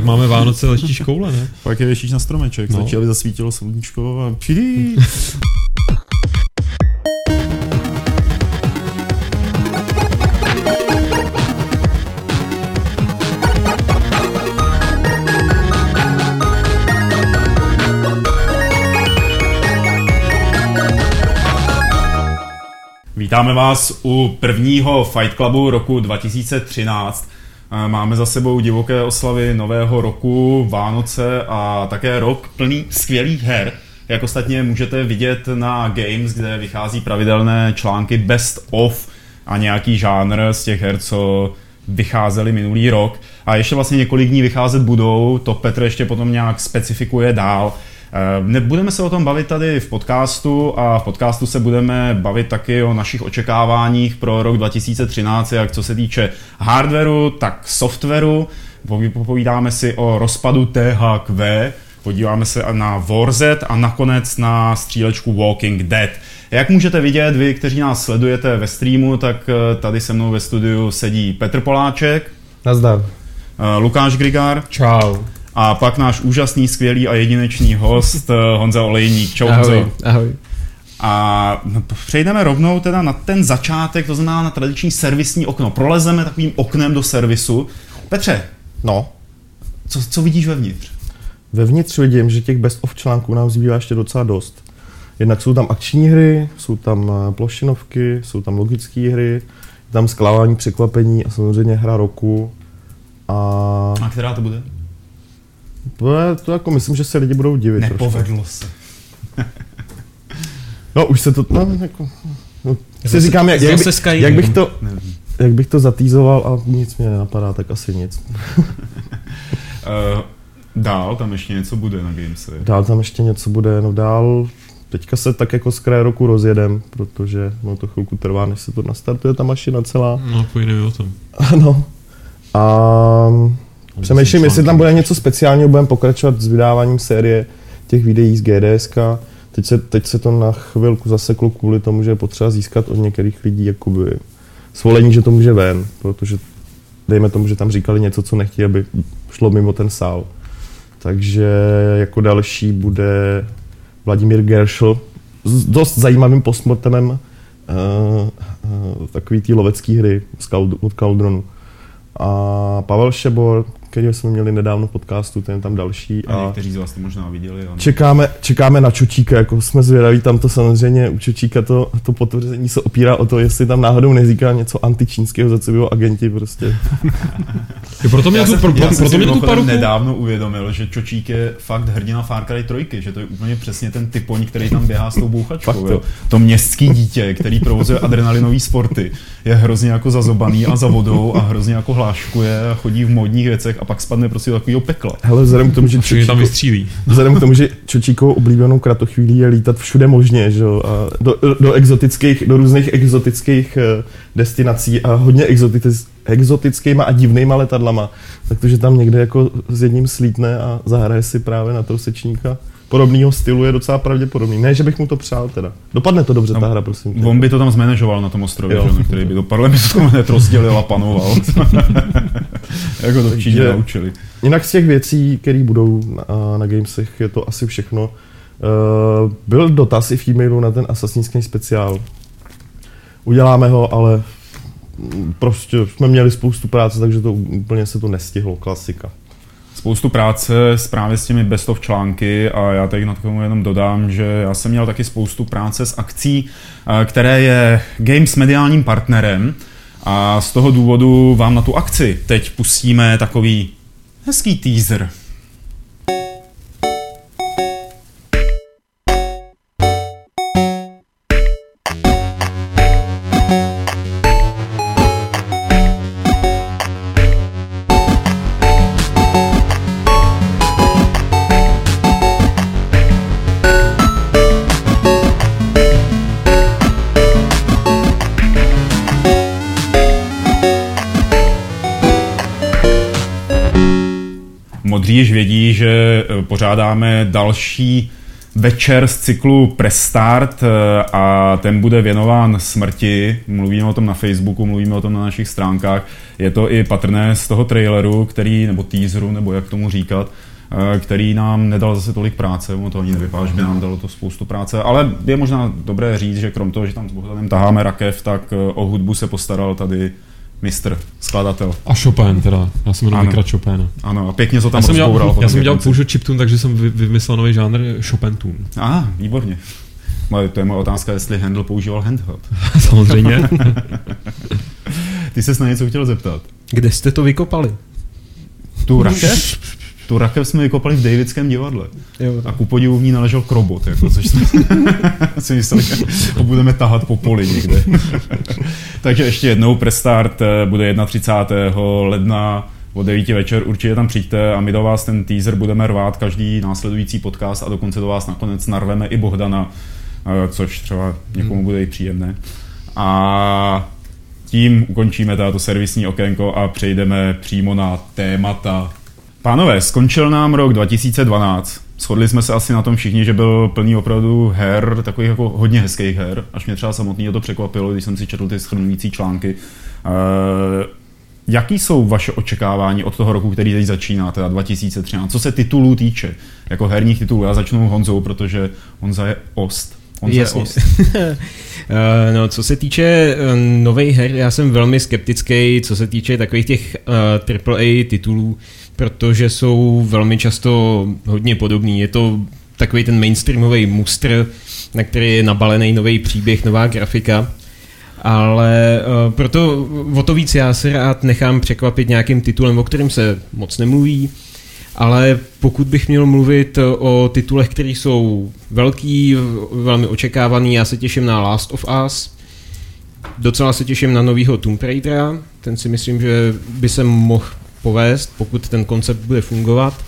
máme Vánoce, leštíš koule, ne? Pak je věšíš na stromeček, stačí, aby zasvítilo sluníčko a přijdi. Vítáme vás u prvního Fight Clubu roku 2013. Máme za sebou divoké oslavy nového roku, Vánoce a také rok plný skvělých her. Jak ostatně můžete vidět na Games, kde vychází pravidelné články Best of a nějaký žánr z těch her, co vycházely minulý rok. A ještě vlastně několik dní vycházet budou, to Petr ještě potom nějak specifikuje dál. Budeme se o tom bavit tady v podcastu a v podcastu se budeme bavit taky o našich očekáváních pro rok 2013, jak co se týče hardwareu, tak softwaru. Povídáme si o rozpadu THQ, podíváme se na Warzone a nakonec na střílečku Walking Dead. Jak můžete vidět, vy, kteří nás sledujete ve streamu, tak tady se mnou ve studiu sedí Petr Poláček. Nazdar. Lukáš Grigár. Čau. A pak náš úžasný, skvělý a jedinečný host Honza Olejník. Čau, ahoj, Honzo. Ahoj. A přejdeme rovnou teda na ten začátek, to znamená na tradiční servisní okno. Prolezeme takovým oknem do servisu. Petře, no. Co vidíš vevnitř? Vevnitř vidím, že těch best of článků nám zbývá ještě docela dost. Jednak jsou tam akční hry, jsou tam plošinovky, jsou tam logické hry, je tam skládání překvapení a samozřejmě hra roku. A která to bude? To jako myslím, že se lidi budou divit. Nepovedlo se. No už se to, si říkám, jak bych to zatýzoval a nic mě nenapadá, tak asi nic. Dál tam ještě něco bude na Gamesy. Dál tam ještě něco bude, dál teďka se tak jako z kraje roku rozjedem, protože to chvilku trvá, než se to nastartuje ta mašina celá. No, půjdeme o tom. Ano. A přemýšlím, jestli tam bude něco speciálního, budeme pokračovat s vydáváním série těch videí z GDSK. Teď se to na chvilku zaseklo kvůli tomu, že je potřeba získat od některých lidí jakoby svolení, že to může ven, protože dejme tomu, že tam říkali něco, co nechtějí, aby šlo mimo ten sál. Takže jako další bude Vladimír Gershel s dost zajímavým postmortemem takový tý lovecký hry od Cauldronu. A Pavel Šebor, kterého jsme měli nedávno v podcastu, ten je tam další. A někteří z vás to možná viděli. Ano. Čekáme na Čočíka, jako jsme zvědaví, tam to samozřejmě u Čočíka to potvrzení se opírá o to, jestli tam náhodou neříká něco antičínského, za co bylo agenti prostě. Proto mě tu paru nedávno uvědomil, že Čočík je fakt hrdina Far Cry 3, že to je úplně přesně ten typoň, který tam běhá s tou bouchačkou. To městský dítě, který provozuje adrenalinový sporty, je hrozně jako zazobaný a za vodou a hrozně jako hláškuje a chodí v módních věcech a pak spadne prostě do takového pekla. Hele, vzhledem k tomu, že Čočíkovou oblíbenou kratochvílí je lítat všude možně, že jo, a do různých exotických destinací a hodně exotickýma a divnýma letadlama, takže tam někde jako s jedním slítne a zahraje si právě na trousečníka. Podobného stylu je docela pravděpodobný. Ne, že bych mu to přál teda. Dopadne to dobře ta hra, prosím. On by to tam zmanéžoval na tom ostrově, že, který by dopadl, by to hned rozdělil a panoval. Jako to v Číně naučili. Jinak z těch věcí, které budou na Gamesech, je to asi všechno. Byl dotaz i v e-mailu na ten Assassin's Creed speciál. Uděláme ho, ale prostě jsme měli spoustu práce, takže to úplně se to nestihlo, klasika. Spoustu práce právě s těmi best of články a já teď na tomu jenom dodám, že já jsem měl taky spoustu práce s akcí, které je Games mediálním partnerem a z toho důvodu vám na tu akci teď pustíme takový hezký teaser. Modří již vědí, že pořádáme další večer z cyklu Press Start a ten bude věnován smrti. Mluvíme o tom na Facebooku, mluvíme o tom na našich stránkách. Je to i patrné z toho traileru, nebo teaseru, nebo jak tomu říkat, který nám nedal zase tolik práce, ono to ani nevypadá, že by nám dalo to spoustu práce, ale je možná dobré říct, že krom toho, že tam s Bohdanem taháme rakev, tak o hudbu se postaral tady mistr, skladatel. A Chopin teda, já jsem jenom vykrát Chopina. Ano, a pěkně to tam rozboural. Já jsem dělal půl chiptune, takže jsem vymyslel nový žánr Chopin tune. Výborně. To je moje otázka, jestli Handel používal handheld. Samozřejmě. Ty ses na něco chtěl zeptat. Kde jste to vykopali? Tu rakev? Tu rakev jsme vykopali v Davidském divadle. Jo. A ku podivu v ní naležel krobot, což jsme si mysleli, že ho budeme tahat po poli někde. Takže ještě jednou Press Start bude 31. ledna o 9 večer. Určitě tam přijďte a my do vás ten teaser budeme rvát každý následující podcast a dokonce do vás nakonec narveme i Bohdana, což třeba někomu bude i příjemné. A tím ukončíme tato servisní okénko a přejdeme přímo na témata. Pánové, skončil nám rok 2012. Shodli jsme se asi na tom všichni, že byl plný opravdu her, takových jako hodně hezkých her, až mě třeba samotný to překvapilo, když jsem si četl ty shrnující články. Jaký jsou vaše očekávání od toho roku, který teď začíná, teda 2013, co se titulů týče, jako herních titulů? Já začnu Honzou, protože Honza je ost. No, co se týče nových her, já jsem velmi skeptický, co se týče takových těch AAA titulů, protože jsou velmi často hodně podobný. Je to takový ten mainstreamový mustr, na který je nabalený nový příběh, nová grafika. Ale proto o to víc já se rád nechám překvapit nějakým titulem, o kterém se moc nemluví. Ale pokud bych měl mluvit o titulech, které jsou velký, velmi očekávaný, já se těším na Last of Us. Docela se těším na novýho Tomb Raidera. Ten si myslím, že by se mohl povést, pokud ten koncept bude fungovat.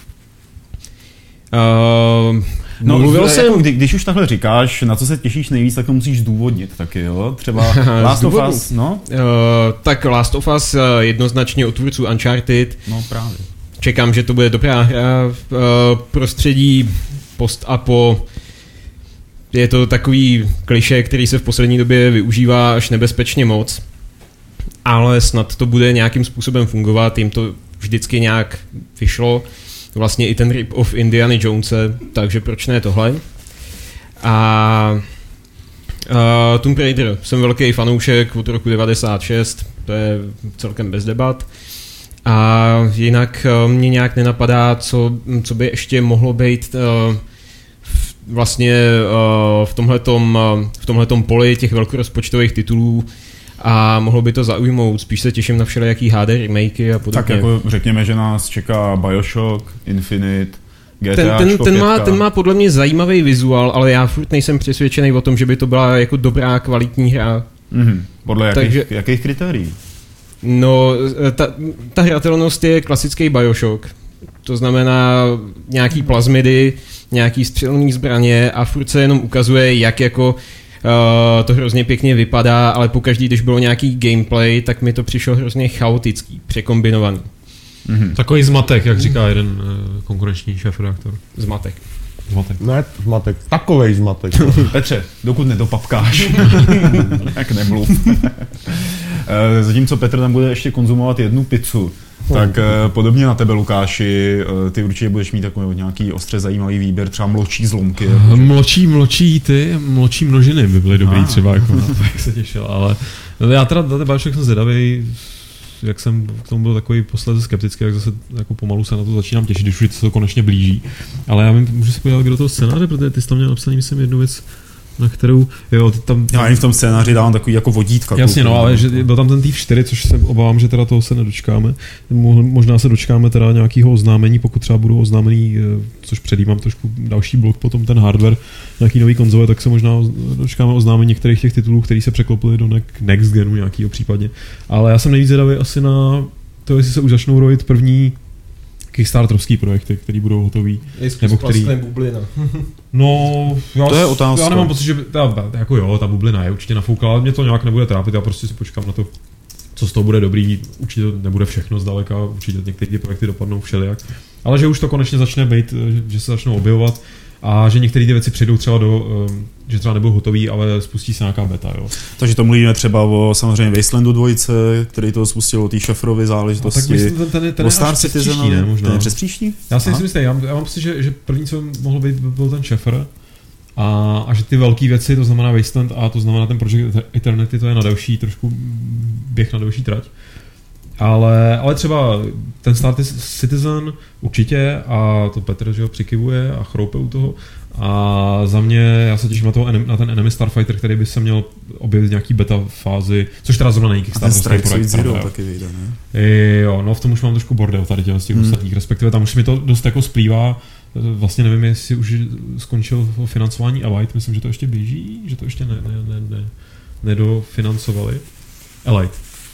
Mluvil jsem... Jako, když už takhle říkáš, na co se těšíš nejvíc, tak to musíš zdůvodnit taky, jo? Třeba Last of Us, no? Tak Last of Us jednoznačně od tvůrců Uncharted. No právě. Čekám, že to bude dobrá hra. Prostředí post-apo. Je to takový klišé, který se v poslední době využívá až nebezpečně moc. Ale snad to bude nějakým způsobem fungovat. Jim to vždycky nějak vyšlo. Vlastně i ten rip-off Indiana Jonese, takže proč ne tohle? A Tomb Raider. Jsem velký fanoušek od roku 96. To je celkem bez debat. A jinak mě nějak nenapadá, co by ještě mohlo být vlastně v tomhletom poli těch velkorozpočtových titulů a mohlo by to zaujmout. Spíš se těším na všelijaký HD remakey a podobně. Tak jako řekněme, že nás čeká BioShock, Infinite, ten má podle mě zajímavý vizuál, ale já furt nejsem přesvědčený o tom, že by to byla jako dobrá, kvalitní hra. Podle jakých kritérií? No, ta hratelnost je klasický BioShock. To znamená nějaký plazmidy, nějaký střelné zbraně a furt se jenom ukazuje, jak jako to hrozně pěkně vypadá, ale pokaždý, když bylo nějaký gameplay, tak mi to přišlo hrozně chaotický, překombinovaný. Takový zmatek, jak říká jeden konkurenční šéfredaktor. Zmatek. Ne, zmatek. Takovej zmatek. Petře, dokud nedopapkáš, tak nemluv. Zatímco Petr tam bude ještě konzumovat jednu pizzu, tak podobně na tebe, Lukáši, ty určitě budeš mít takový nějaký ostře zajímavý výběr, třeba mlčí zlomky. Mlčí množiny by byly dobrý třeba, jako na to, jak se těšil, ale já teda na ten BioShock jsem zvědavej, jak jsem k tomu byl takový posledně skeptický, jak zase jako pomalu se na to začínám těšit, když už se to konečně blíží. Ale já můžu se podívat do toho scénáře, protože ty jsi tam měl napsaný, myslím, jednu věc, na kterou, jo, tam... Já jim v tom scénáři dávám takový jako vodítka. Jasně, no, ale že byl tam ten Thief 4, což se obávám, že teda toho se nedočkáme. Možná se dočkáme teda nějakého oznámení, pokud třeba budou oznámený, což předjímám trošku další blok, potom ten hardware, nějaký nový konzole, tak se možná dočkáme oznámení některých těch titulů, který se překlopily do next genu nějakého případně. Ale já jsem nejvíc zvědavý asi na to, jestli se už začnou rojit první kickstarterovský projekty, který budou hotový. Nebo který... bublina. No, to je otázka. Já nemám pocit, že ta bublina je určitě nafoukla, ale mě to nějak nebude trápit, já prostě si počkám na to, co z toho bude dobrý, určitě to nebude všechno zdaleka, určitě některé projekty dopadnou všelijak, ale že už to konečně začne být, že se začnou objevovat a že některé ty věci přijdou třeba že třeba nebudou hotový, ale spustí se nějaká beta, jo. Takže to mluvíme třeba o samozřejmě Wastelandu 2, který to spustil o té Šafrovy záležitosti. Ten je Star Citizen, ne? Možná. Ten je přes příští? Já si myslím, já mám pocit, že první, co mohlo být, byl ten Šafr a že ty velké věci, to znamená Wasteland a to znamená ten Project Eternity, to je na další, trošku běh na další trať. Ale třeba ten Star Citizen určitě a to Petr, že ho přikivuje a chroupe u toho a za mě, já se těším na ten Enemy Starfighter, který by se měl objevit v nějaký beta fázi, což teda zrovna není Kickstarter projekt. Zero taky vyjde, ne? Jo, no v tom už mám trošku bordel tady z těch ostatních, respektive tam už mi to dost jako splývá. Vlastně nevím, jestli už skončil financování Elite, myslím, že to ještě běží, že to ještě nedofinancovali. Elite.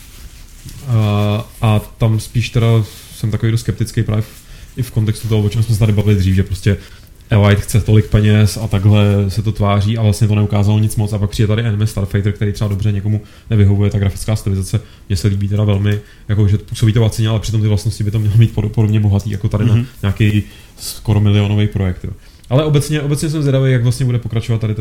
A tam spíš teda jsem takový dost skeptický právě i v kontextu toho, o čem jsme se tady bavili dřív, že prostě Elite chce tolik peněz a takhle se to tváří a vlastně to neukázalo nic moc a pak přijde tady Enemy Starfighter, který třeba dobře někomu nevyhovuje, ta grafická stylizace mně se líbí teda velmi, jako že působí to lacině, ale přitom ty vlastnosti by to mělo mít podobně bohatý, jako tady na nějaký skoro milionový projekt. Jo. Ale obecně jsem zvědavý, jak vlastně bude pokračovat tady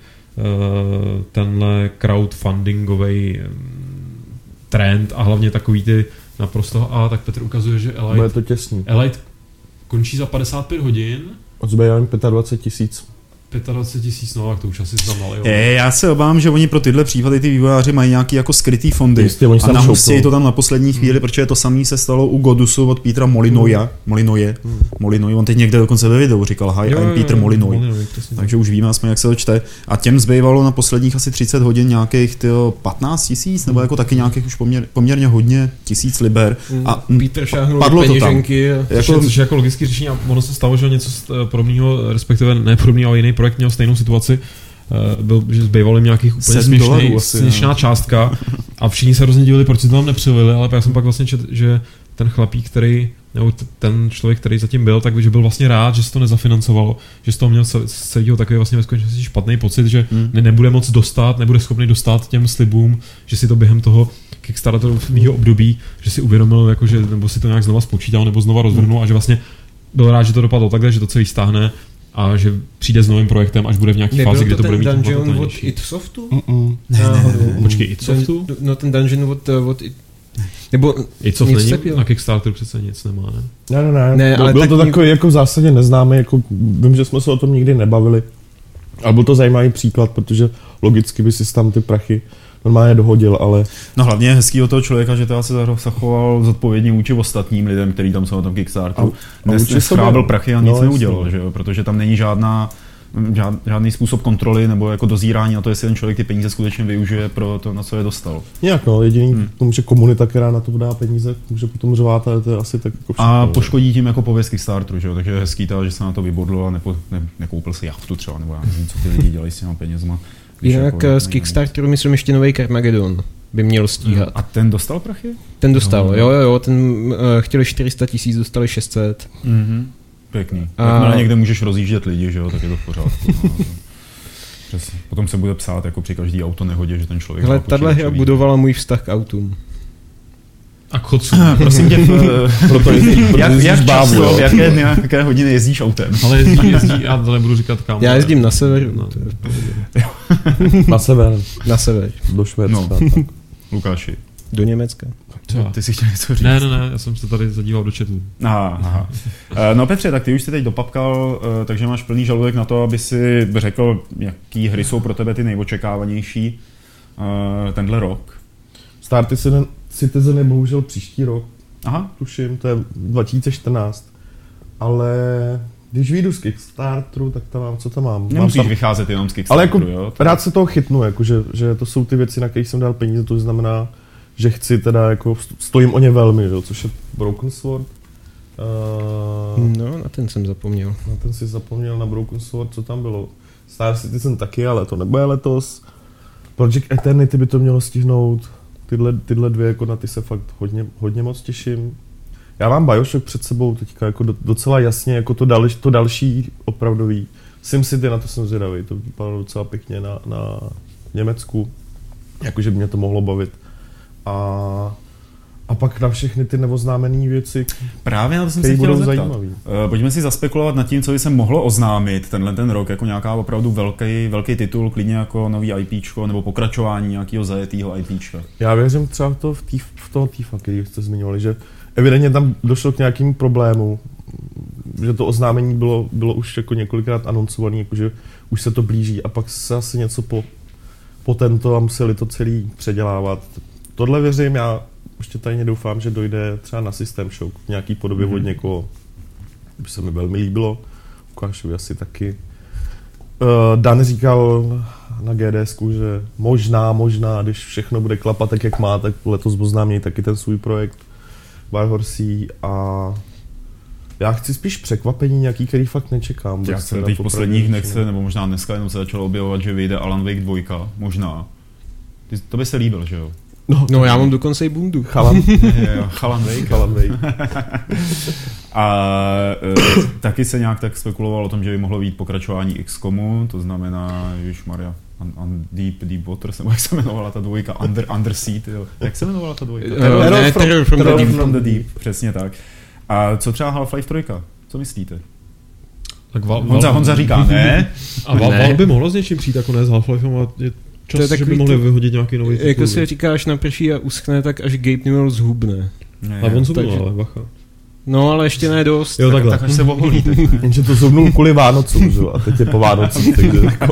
tenhle crowdfundingový trend a hlavně takový ty naprosto, tak Petr ukazuje, že Elite končí za 55 hodin. Odzbývá 25 000. 25 000, no tak to už asi tam mali. Já se obávám, že oni pro tyhle případy ty vývojáři mají nějaký jako skrytý fondy. Jistě, a nahustějí to tam na poslední chvíli, protože to samé se stalo u Godusu od Petra Molinoje. On teď někde dokonce ve videu říkal hi, I'm Peter Molinoy. Takže už víme aspoň, jak se to čte. A těm zbývalo na posledních asi 30 hodin nějakých 15 000, nebo jako taky nějakých už poměrně hodně 1000 liber. A Petr šáhnul padlo to tam. Což je jako logický řešení a ono se stalo, že něco podobného, respektive ne podobného, ale jiný projekt měl stejnou situaci, že zbývalo jim nějakých úplně směšná částka a všichni se hrozně divili, proč si to tam nepřilili, ale já jsem pak vlastně četl, že ten chlapík, nebo ten člověk, který zatím byl, takže byl vlastně rád, že se to nezafinancovalo, že z toho měl celého takový vlastně ve skutečnosti špatný pocit, že nebude moc nebude schopný dostat těm slibům, že si to během toho Kickstarterového období, že si uvědomil, jako, že, nebo si to nějak znova spočítal, nebo znova rozvrhnul a že vlastně byl rád, že to dopadlo takhle, že to celý stáhne a že přijde s novým projektem, až bude v nějaké fázi, kdy to bude mít dungeon od Itsoftu? Ne. Počkej, Itsoftu? No ten dungeon od nebo Itsoft není na Kickstarteru přece nic nemá, ne? Ne, ale byl to takový jako v zásadě neznámý, jako vím, že jsme se o tom nikdy nebavili. Ale byl to zajímavý příklad, protože logicky by si tam ty prachy normálně dohodil, ale... No hlavně je hezký od toho člověka, že to se zachoval zodpovědně vůči ostatním lidem, kteří tam jsou na tom Kickstarteru. Neschrábil prachy a nic neudělal, že jo? Protože tam není žádný způsob kontroly nebo jako dozírání na to, jestli ten člověk ty peníze skutečně využije pro to, na co je dostal. Nějak jediný tomu, že komunita, která na to dá peníze, může potom řvát, ale to je asi tak jako všechno. A poškodí tím jako pověst Kickstarteru, že jo? Takže je hezký to, že se na to vybodlo a nekoupil si jachtu třeba, nebo já nevím, co ty lidi dělají s těma penězma. Jinak z Kickstarteru myslím ještě nový Carmageddon by měl stíhat. A ten dostal prachy? Ten dostal, jo, ten chtěli 400 000, dostali 600. Pěkný. Jakmile někde můžeš rozjíždět lidi, že jo, tak je to v pořádku. Přesně. Potom se bude psát jako při každý auto nehodě, že ten člověk... Hele, tahle hra budovala můj vztah k autům. A k chodcům. Prosím tě, jak často, v jaké hodiny jezdíš autem? Ale jezdí, já to nebudu říkat kam. Já jezdím na sever. Na sever. Do Švédska. No. Lukáši. Do Německa. Ty si chtěl něco říct? Ne, já jsem se tady zadíval do chatu. Aha. No Petře, tak ty už jsi teď dopapkal, takže máš plný žaludek na to, aby si řekl, jaký hry jsou pro tebe ty nejočekávanější tenhle rok. Star Citizen je bohužel příští rok. Aha. Tuším, to je 2014. Ale když vyjdu z Kickstarteru, tak tam mám, co tam mám? Nemusíš vycházet jenom z Kickstarteru, ale jako jo? Rád se toho chytnu, jako že to jsou ty věci, na kterých jsem dal peníze, to znamená, že chci teda jako, stojím o ně velmi, jo, což je Broken Sword. No, na ten jsem zapomněl. Na ten si zapomněl, na Broken Sword, co tam bylo. Star Citizen taky, ale to nebude letos. Project Eternity by to mělo stihnout. Tyhle dvě, jako na ty se fakt hodně moc těším. Já mám Bioshock před sebou teďka jako docela jasně, jako to další opravdový. SimCity, na to jsem zvědavý, to vypadalo docela pěkně na Německu, jakože by mě to mohlo bavit. A pak na všechny ty neoznámené věci, Právě na to jsem se chtěl zeptat. Pojďme si zaspekulovat nad tím, co by se mohlo oznámit tenhle ten rok, jako nějaká opravdu velký titul, klidně jako nový IPčko, nebo pokračování nějakého zajetého IPčka. Já věřím třeba v toho Thiefa, který jste zmiňovali, že evidentně tam došlo k nějakému problému, že to oznámení bylo už jako několikrát anoncované, jakože už se to blíží a pak se asi něco po tento a museli to celý předělávat. Tohle věřím, já ještě tajně doufám, že dojde třeba na System Shock v nějaký podobě od někoho, by se mi velmi líbilo, Lukášovi asi taky. Dan říkal na GDSku, že možná, když všechno bude klapat tak, jak má, tak letos oznámí taky ten svůj projekt Warhorsey a já chci spíš překvapení nějaký, který fakt nečekám. Já se teď v posledních dnech se, nebo možná dneska jenom se začalo objevovat, že vyjde Alan Wake 2, možná. To by se líbil, že jo? No já mám dokonce i bundu. Chalan Wake. A taky se nějak tak spekulovalo o tom, že by mohlo být pokračování XCOMu, to znamená, ježišmarja, Deep Waters, nebo jak se jmenovala ta dvojka, Undersea, jak se jmenovala ta dvojka? Terror from the Deep, přesně tak. A co třeba Half-Life 3? Co myslíte? Tak Honza říká ne. A Valve by mohlo s něčím přijít, jako ne s Half-Lifem, ale je čas, že by mohli vyhodit nějaký nový titul. Jako si říkáš naprší a uschne, tak až Gabe Newell zhubne. A on zhubnul, ale bacha. No, ale ještě ne dost. Jo, takhle. Tak až se oholí. Jenže to zhubnul kvůli Vánocům, že? A teď je po Vánocích, takže jako...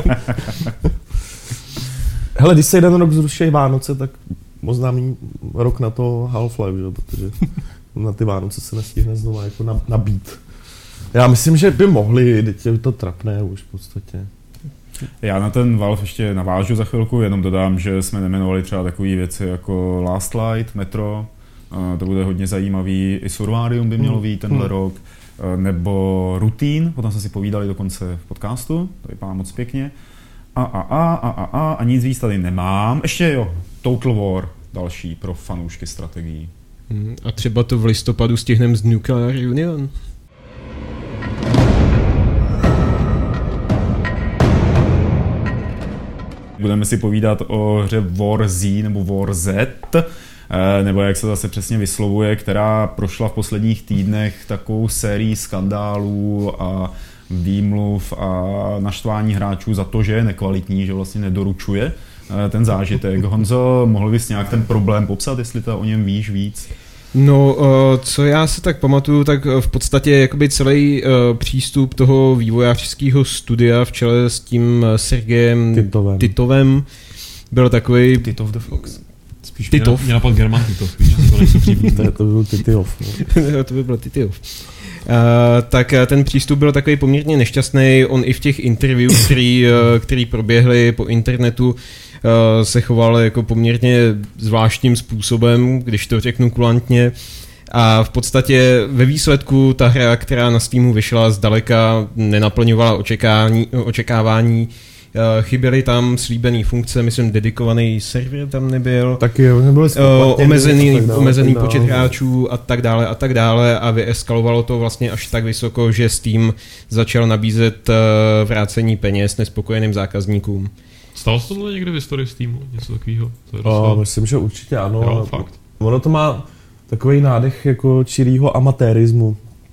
Hele, když se jeden rok zruší Vánoce, tak oznámí rok na to Half-Life, že? Protože na ty Vánoce se nestihne znovu jako nabít. Já myslím, že by mohli, teď je to trapné už v podstatě. Já na ten Valve ještě navážu za chvilku, jenom dodám, že jsme nejmenovali třeba takové věci jako Last Light, Metro, to bude hodně zajímavý, i Survarium by mělo být tenhle rok, nebo Routine, potom jsme si povídali dokonce v podcastu, to vypadá moc pěkně. A nic víc tady nemám. Ještě jo, Total War, další pro fanoušky strategií. A třeba to v listopadu stihneme z Nuclear Union. Budeme si povídat o hře War Z nebo War Z, nebo jak se zase přesně vyslovuje, která prošla v posledních týdnech takovou sérii skandálů a výmluv a naštvání hráčů za to, že je nekvalitní, že vlastně nedoručuje ten zážitek. Honzo, mohl bys nějak ten problém popsat, jestli to o něm víš víc? No, co já se tak pamatuju, tak v podstatě jakoby celý přístup toho vývojářského studia v čele s tím Sergejem Titovem byl takový... Titov the Fox. Spíš mě napad German Titov, spíš to nejsou příběh. To byl Titov. To by byl Titov. Tak ten přístup byl takový poměrně nešťastný. On i v těch interview, který proběhly po internetu, se choval jako poměrně zvláštním způsobem, když to řeknu kulantně. A v podstatě ve výsledku ta hra, která na Steamu vyšla, zdaleka nenaplňovala očekávání. Chyběly tam slíbené funkce, myslím, dedikovaný server tam nebyl. Taky nebyly omezený počet hráčů a tak dále a vyeskalovalo to vlastně až tak vysoko, že Steam začal nabízet vrácení peněz nespokojeným zákazníkům. Stalo se to někde v historii Steamu? Něco takového? Myslím, že určitě ano. Jo, fakt. Ono to má takový nádech jako čirýho amatérismu.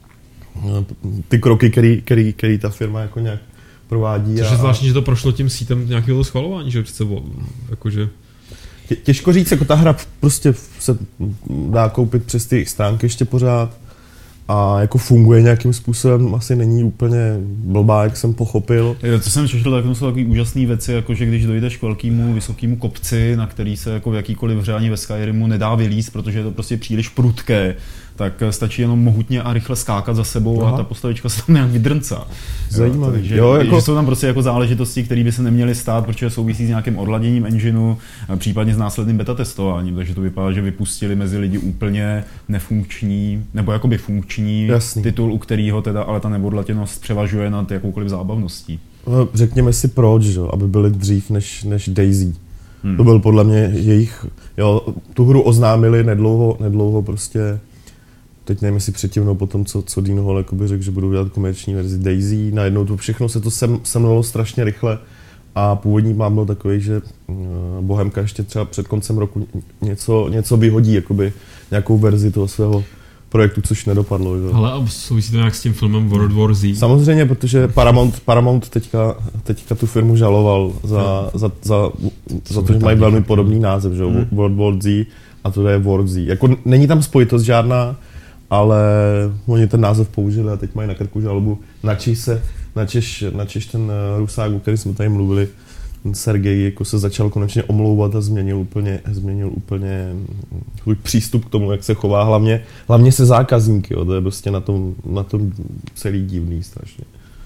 Ty kroky, který ta firma jako nějak provádí. Což je zvláštní, že to prošlo tím sítem nějakého schvalování, že přece jakože... Těžko říct, jako ta hra prostě se dá koupit přes ty stránky ještě pořád a jako funguje nějakým způsobem, asi není úplně blbá, jak jsem pochopil. Co jsem četl, tak jsou takové úžasné věci, jako že když dojdeš k velkému, vysokému kopci, na který se jako v jakýkoliv hře ani ve Skyrimu nedá vylízt, protože je to prostě příliš prudké, tak stačí jenom mohutně a rychle skákat za sebou. Aha. A ta postavička se tam nějak vydrncá. Zajímavé. Takže jako... jsou tam prostě jako záležitosti, které by se neměly stát, protože souvisí s nějakým odladěním engineu, případně s následným beta testováním, takže to vypadá, že vypustili mezi lidi úplně nefunkční, nebo jakoby funkční titul, u kterého teda ale ta neodladěnost převažuje nad jakoukoliv zábavností. Řekněme si proč, že? Aby byli dřív než Daisy. To byl podle mě jejich, tu hru oznámili nedlouho prostě. Teď nevím, jestli předtím nebo potom, co Dean Hall řekl, že budou dělat komerční verzi Daisy. Najednou to všechno se to semlalo strašně rychle A původní plán byl takový, že Bohemka ještě třeba před koncem roku něco vyhodí, jakoby nějakou verzi toho svého projektu, což nedopadlo. Že? Ale souvisí to nějak s tím filmem World War Z? Samozřejmě, protože Paramount teďka tu firmu žaloval za to, že mají velmi podobný název, že? World War Z a to je War Z. Jako není tam spojitost žádná, ale oni ten název použili a teď mají na krku žalobu. Načež ten Rusák, o který jsme tady mluvili, ten Sergej, jako se začal konečně omlouvat a změnil úplně svůj přístup k tomu, jak se chová, hlavně se zákazníky, jo, to je prostě na tom celý divný strašně.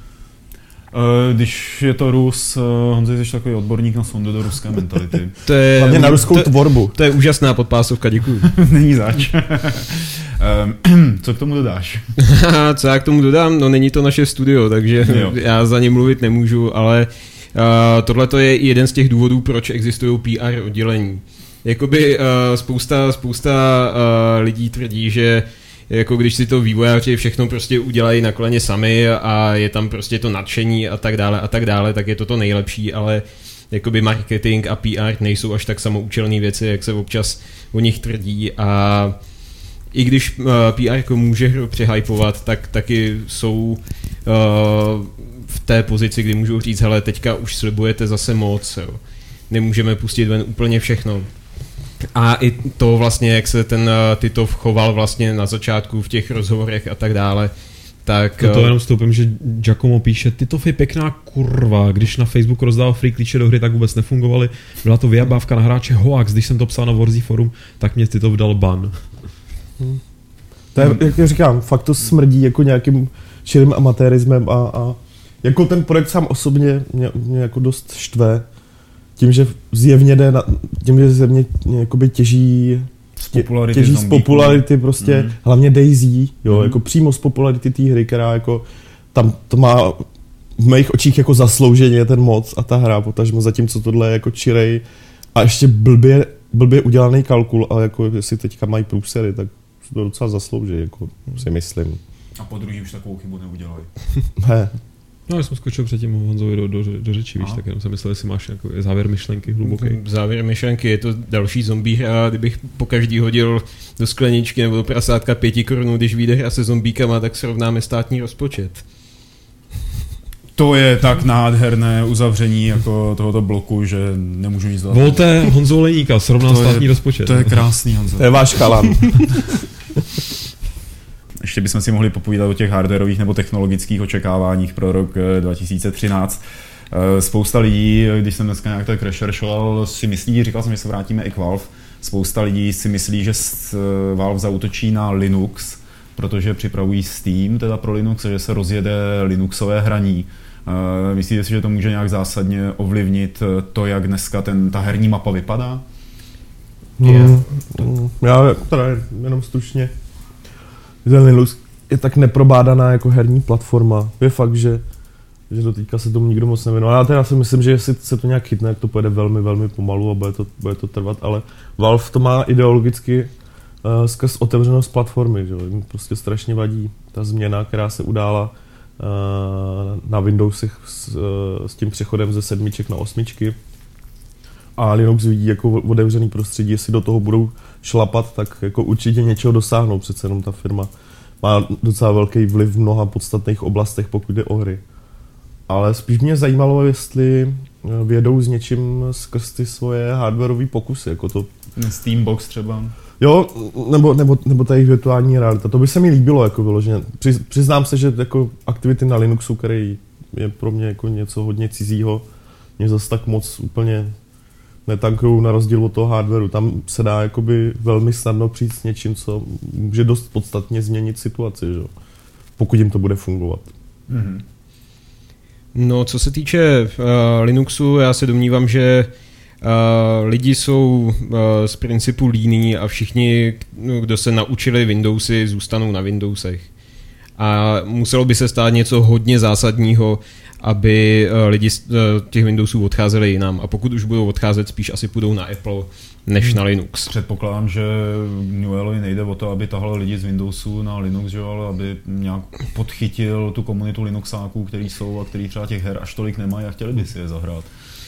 Když je to Rus, Honzo, jsi takový odborník na sondu do ruské mentality. Hlavně na ruskou tvorbu. To je úžasná podpásovka, děkuju. Není zač. Co k tomu dodáš? Co já k tomu dodám? No není to naše studio, takže já za ně mluvit nemůžu, ale tohle je jeden z těch důvodů, proč existují PR oddělení. Jakoby spousta lidí tvrdí, že jako když si to vývojáři všechno prostě udělají na koleně sami a je tam prostě to nadšení a tak dále, tak je to nejlepší, ale jakoby marketing a PR nejsou až tak samoučelné věci, jak se občas o nich tvrdí a i když PR může hru přehypovat, tak taky jsou v té pozici, kdy můžou říct, hele, teďka už slibujete zase moc, jo. Nemůžeme pustit ven úplně všechno. A i to vlastně, jak se ten Titov choval vlastně na začátku v těch rozhovorech a tak dále, tak... To jenom vstoupím, že Giacomo píše, Titov je pěkná kurva, když na Facebooku rozdával free klíče do hry, tak vůbec nefungovaly, byla to vyjabávka na hráče hoax, když jsem to psal na Warzy forum, tak mě Titov dal ban. To je, jak říkám, fakt to smrdí jako nějakým širým amatérismem a jako ten projekt sám osobně mě jako dost štve, tím, že zjevně jakoby těží z popularity prostě, hlavně DayZ, jo, jako přímo z popularity té hry, která jako tam to má v mých očích jako zaslouženě ten moc a ta hra, potažmo zatímco tohle je jako čirej a ještě blbě udělaný kalkul, ale jako jestli teďka mají průsery, tak to docela zaslouží, jako si myslím. A po druhý už takovou chybu neudělají. Ne. No, já jsem skočil předtím Honzovi do řeči, víš, tak jenom jsem myslel, jestli máš jako závěr myšlenky hluboký. Závěr myšlenky, je to další zombie hra, kdybych po každý hodil do skleničky nebo do prasátka 5 korun, když vyjde hra se zombíkama, tak srovnáme státní rozpočet. To je tak nádherné uzavření jako tohoto bloku, že nemůžu nic dát. Volte Honzo Olejníka, srovnal státní rozpočet. To je krásný, Honzo. To je váš chalan. Ještě bychom si mohli popovídat o těch hardwareových nebo technologických očekáváních pro rok 2013. Spousta lidí, když jsem dneska nějak tak rešeršoval, si myslí, říkal jsem, že se vrátíme i k Valve, spousta lidí si myslí, že Valve zaútočí na Linux, protože připravují Steam teda pro Linux, že se rozjede Linuxové hraní. Myslíte si, že to může nějak zásadně ovlivnit to, jak dneska ta herní mapa vypadá? Já teda jenom stručně. Ten Linux je tak neprobádaná jako herní platforma. Je fakt, že do teďka se tomu nikdo moc nevěnoval. Já teda si myslím, že jestli se to nějak chytne, to pojede velmi, velmi pomalu a bude to trvat, ale Valve to má ideologicky skrz otevřenost platformy, že jim prostě strašně vadí ta změna, která se udála na Windowsech s tím přechodem ze 7 na 8. A Linux vidí jako otevřený prostředí, jestli do toho budou šlapat, tak jako určitě něčeho dosáhnou, přece jenom ta firma má docela velký vliv v mnoha podstatných oblastech, pokud jde o hry. Ale spíš mě zajímalo, jestli vědou s něčím skrz ty svoje hardwareové pokusy, jako to... Steambox třeba. Jo, nebo ta jejich virtuální realita, to by se mi líbilo, jako vyloženě. Přiznám se, že jako aktivity na Linuxu, který je pro mě jako něco hodně cizího, mě zase tak moc úplně netankují na rozdíl od toho hardwareu. Tam se dá jakoby velmi snadno přijít s něčím, co může dost podstatně změnit situaci, že? Pokud jim to bude fungovat. Mm-hmm. No, co se týče Linuxu, já se domnívám, že lidi jsou z principu líní a všichni, kdo se naučili Windowsy, zůstanou na Windowsech. A muselo by se stát něco hodně zásadního, aby lidi z těch Windowsů odcházeli jinam. A pokud už budou odcházet, spíš asi půjdou na Apple, než na Linux. Předpokládám, že Newellovi nejde o to, aby tahal lidi z Windowsu na Linux, že, ale aby nějak podchytil tu komunitu Linuxáků, který jsou a který třeba těch her až tolik nemají a chtěli by si je zahrát.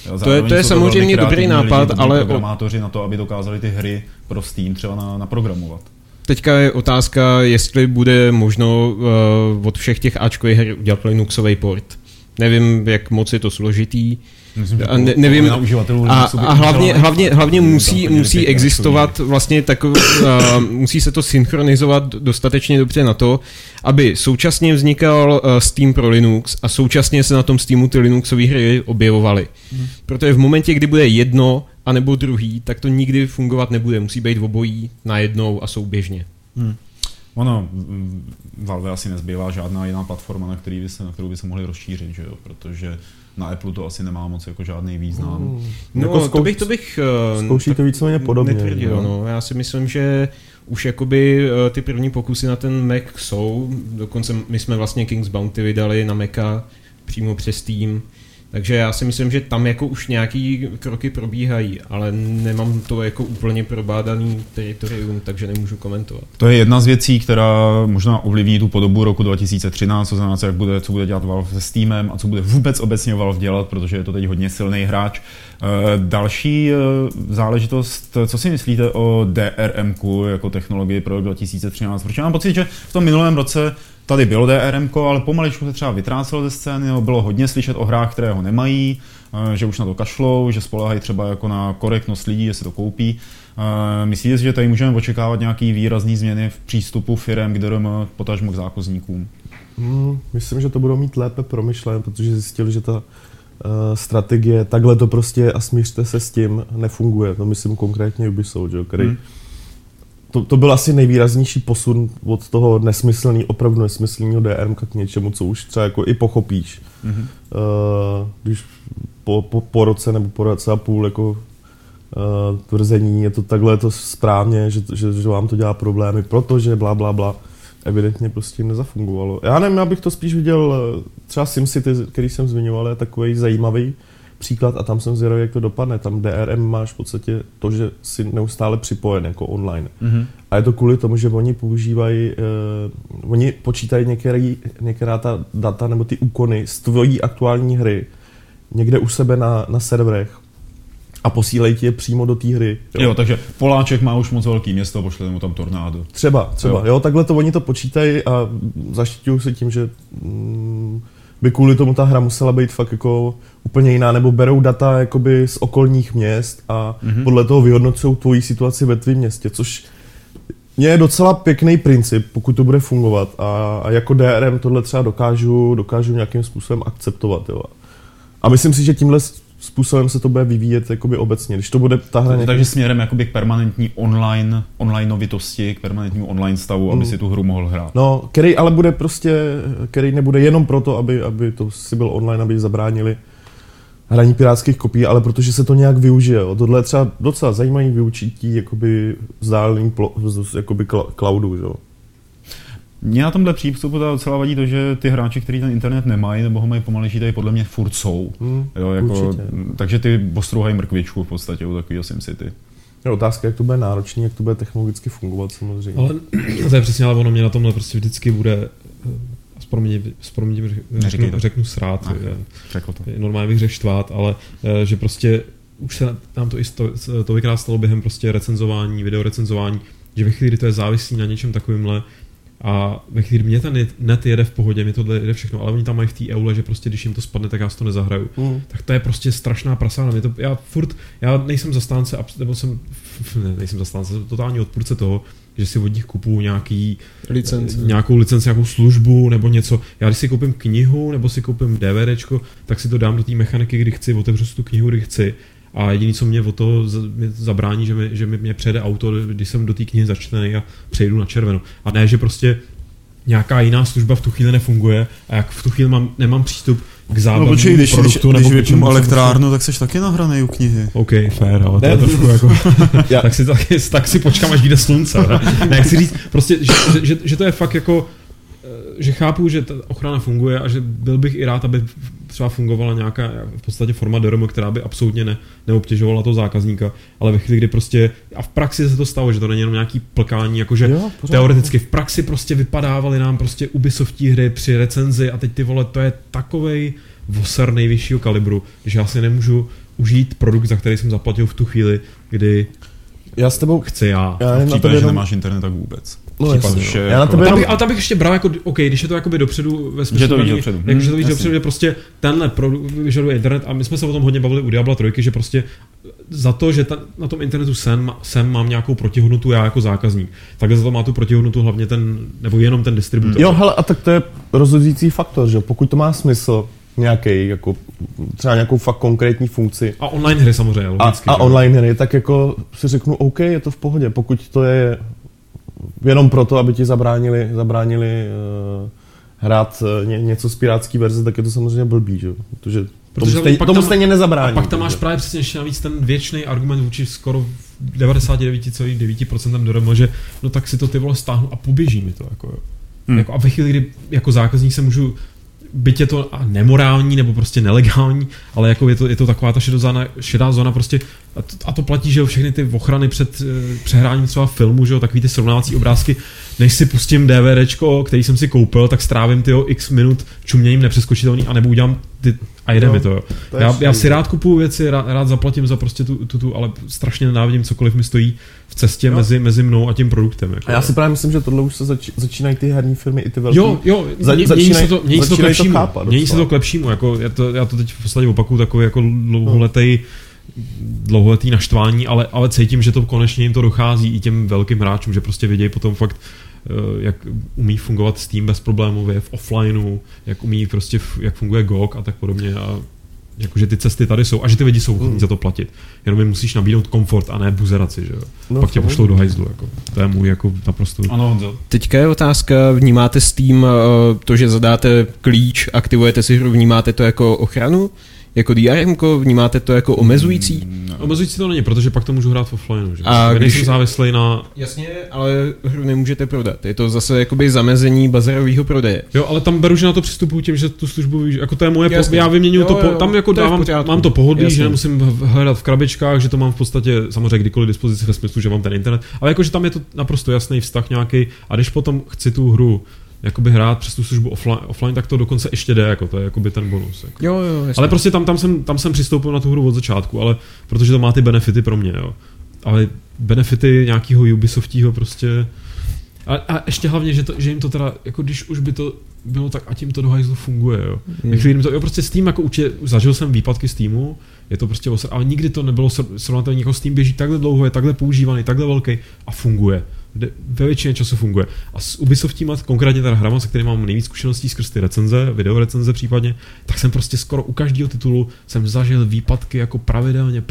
To je samozřejmě dobrý nápad, ale programátoři na to, aby dokázali ty hry pro Steam třeba naprogramovat. Teďka je otázka, jestli bude možno od všech těch Ačkových her udělat Linuxový port. Nevím, jak moc je to složitý. Myslím, nevím. A hlavně musí existovat vlastně musí se to synchronizovat dostatečně dobře na to, aby současně vznikal Steam pro Linux a současně se na tom Steamu ty Linuxové hry objevovaly. Protože v momentě, kdy bude jedno anebo druhý, tak to nikdy fungovat nebude. Musí být obojí najednou a souběžně. Ono, Valve asi nezbývá žádná jiná platforma, na kterou by se mohli rozšířit, že jo? Protože na Apple to asi nemá moc jako žádný význam. No, to bych zkouší to víceméně podobně. Netvrdil, no. Já si myslím, že už jakoby ty první pokusy na ten Mac jsou, dokonce my jsme vlastně King's Bounty vydali na Maca přímo přes Steam, takže já si myslím, že tam jako už nějaký kroky probíhají, ale nemám to jako úplně probádaný teritorium, takže nemůžu komentovat. To je jedna z věcí, která možná ovlivní tu podobu roku 2013, co znamená, co bude dělat Valve se Steamem a co bude vůbec obecně Valve dělat, protože je to teď hodně silný hráč. Další záležitost, co si myslíte o DRMku jako technologii pro rok 2013? Protože mám pocit, že v tom minulém roce tady bylo DRMko, ale pomaličku se třeba vytrácelo ze scény, bylo hodně slyšet o hrách, které ho nemají, že už na to kašlou, že spoléhají třeba jako na korektnost lidí, že se to koupí. Myslíte si, že tady můžeme očekávat nějaký výrazný změny v přístupu firem k DRM, potažmo k zákazníkům? Myslím, že to budou mít lépe promyšlené, protože zjistili, že ta strategie takhle to prostě a smířte se s tím nefunguje. To myslím konkrétně Ubisoft, který to byl asi nejvýraznější posun od toho opravdu nesmyslného DRM k něčemu, co už třeba jako i pochopíš. Když po roce nebo po roce a půl jako tvrzení je to takhle to správně, že vám to dělá problémy, protože bla bla bla, evidentně prostě nezafungovalo. Já nevím, já bych to spíš viděl třeba SimCity, který jsem zmiňoval, je takový zajímavý příklad a tam jsem zvědavý, jak to dopadne. Tam DRM máš v podstatě to, že jsi neustále připojen jako online. A je to kvůli tomu, že oni používají, oni počítají některá ta data nebo ty úkony z tvojí aktuální hry někde u sebe na serverech a posílají ti je přímo do té hry. Jo, takže Poláček má už moc velký město, pošle mu tam tornádo. Třeba. Jo, takhle to oni to počítají a zaštiťují se tím, že by kvůli tomu ta hra musela být fakt jako úplně jiná, nebo berou data jakoby z okolních měst a podle toho vyhodnocují tvoji situaci ve tvém městě, což je docela pěkný princip, pokud to bude fungovat a jako DRM tohle třeba dokážu nějakým způsobem akceptovat. Jo. A myslím si, že tímhle způsobem se to bude vyvíjet jakoby obecně, když to bude ta hra takže směrem jakoby k permanentní onlineovitosti, k permanentnímu online stavu, aby si tu hru mohl hrát. No, který nebude jenom proto, aby to si byl online, aby zabránili hraní pirátských kopií, ale protože se to nějak využije. Tohle je třeba docela zajímavý využití jakoby vzdáleným jakoby cloudu, že jo. Mně na tomhle přístupu docela vadí to, že ty hráči, kteří ten internet nemají, nebo ho mají pomalejší, tady podle mě furt jsou. Jo, jako, takže ty ostrouhají mrkvičku v podstatě u takového SimCity. Je otázka, jak to bude náročný, jak to bude technologicky fungovat samozřejmě. Ale to je přesně, ale ono mě na tomhle prostě vždycky bude s proměním řeknu srát. Normálně bych řekl štvát, ale že prostě už se nám to i tolikkrát stalo během prostě recenzování, videorecenzování, že ve chvíli, kdy to je závislý na něčem takovýmhle, a ve chvíli, mě ten net jede v pohodě, mě tohle jede všechno, ale oni tam mají v té eule, že prostě když jim to spadne, tak já si to nezahraju. Tak to je prostě strašná prasána. Já nejsem zastánce, nejsem zastánce, totální odpůrce toho, že si od nich kupuju nějakou licenci, nějakou službu nebo něco. Já když si koupím knihu nebo si koupím DVDčko, tak si to dám do té mechaniky, kdy chci, otevřu si tu knihu, kdy chci. A jediný, co mě o to zabrání, že mě přejede auto, když jsem do té knihy začtený a přejdu na červeno. A ne, že prostě nějaká jiná služba v tu chvíli nefunguje a jak v tu chvíli nemám přístup k zábavnému produktu. Když vypnu elektrárnu, tak seš taky nahranej u knihy. OK, fair, ale to je trošku jako... tak si počkám, až vyjde slunce. Ne, jak si říct, prostě, že to je fakt jako... Že chápu, že ta ochrana funguje a že byl bych i rád, aby třeba fungovala nějaká v podstatě forma DRM, která by absolutně neobtěžovala toho zákazníka, ale ve chvíli, kdy prostě, a v praxi se to stalo, že to není jenom nějaký plkání, jakože teoreticky v praxi prostě vypadávaly nám prostě Ubisoftí hry při recenzi a teď ty vole, to je takovej voser nejvyššího kalibru, když já si nemůžu užít produkt, za který jsem zaplatil v tu chvíli, kdy já s tebou chci já. V případě, že nemáš internet, tak vůbec. No, já na tebe ale tam bych ještě bral jako, OK, když je to jakoby dopředu ve smyslu, že to víš dopředu. Že to víš dopředu, že prostě tenhle produkt vyžaduje internet a my jsme se o tom hodně bavili u Diabla 3, že prostě za to, že na tom internetu sem mám nějakou protihodnotu já jako zákazník, tak za to má tu protihodnotu hlavně nebo jenom ten distributor. Jo, hele, a tak to je rozhodující faktor, že pokud to má smysl, nějaký, jako třeba nějakou fakt konkrétní funkci. A online hry samozřejmě, logicky. A online hry, tak jako si řeknu, OK, je to v pohodě, pokud to je jenom proto, aby ti zabránili hrát něco z pirátský verze, tak je to samozřejmě blbý, že? Protože tomu stejně nezabrání. A pak tam máš právě přesně ještě navíc ten věčný argument vůči skoro 99,9% DRM, že no tak si to ty vole stáhnu a poběží mi to. Jako, a ve chvíli, kdy jako zákazník se můžu, byť je to nemorální nebo prostě nelegální, ale jako je to taková ta šedá zóna prostě a to platí, že všechny ty ochrany před přehráním třeba filmu, že jo, takový ty srovnávací obrázky, než si pustím DVDčko, který jsem si koupil, tak strávím x minut čuměním nepřeskočitelný a nebo udělám a jede mi to, jo. Já si rád kupuju věci, rád zaplatím za prostě tu, ale strašně nenávidím cokoliv mi stojí v cestě mezi mnou a tím produktem. Jako, a já si právě myslím, že tohle už se začínají ty herní firmy i ty velké. Jo, mění se to k lepšímu. Jako já to teď v podstatě opakuju, takový jako dlouholetý naštvání, ale cítím, že to konečně jim to dochází i těm velkým hráčům, že prostě vidějí potom fakt, jak umí fungovat Steam bezproblémově v offlineu, jak umí prostě, jak funguje GOG a tak podobně a jakože ty cesty tady jsou a že ty lidi jsou ochotní za to platit. Jenom jim musíš nabídnout komfort a ne buzeraci, že jo. No, pak tě pošlou do hajzlu, jako. To je můj jako naprosto... Ano, teďka je otázka, vnímáte Steam to, že zadáte klíč, aktivujete si hru, vnímáte to jako ochranu? Jako DRM-ko, vnímáte to jako omezující? Omezující to není, protože pak to můžu hrát v offline, že? A když jsem závislý na... Jasně, ale hru nemůžete prodat. Je to zase jakoby zamezení bazarového prodeje. Jo, ale tam beru, že na to přistupuju tím, že tu službu, jako to je moje, já vyměňuju tam jako dávám, mám to pohodlí, jasně, že nemusím hledat v krabičkách, že to mám v podstatě samozřejmě kdykoliv dispozici ve smyslu, že mám ten internet, ale jakože tam je to naprosto jasný vztah nějaký a když potom chci tu hru jakoby hrát přes tu službu offline, tak to dokonce ještě jde, jako to je jakoby ten bonus. Jako. Jo, jasně. Ale prostě tam jsem přistoupil na tu hru od začátku, ale protože to má ty benefity pro mě, jo. Ale benefity nějakého Ubisoftího prostě a ještě hlavně, že jim to teda, jako když už by to bylo tak, a tím to do hajzlu funguje, jo. Jo, prostě Steam, jako zažil jsem výpadky Steamu, je to prostě ale nikdy to nebylo srovnatelné, jako Steam běží takhle dlouho, je takhle používaný, takhle velký a funguje. Ve většině času funguje. A s Ubisoftím, konkrétně teda hrama, se kterým mám nejvíc zkušeností skrz ty recenze, videorecenze případně, tak jsem prostě skoro u každého titulu jsem zažil výpadky jako pravidelně.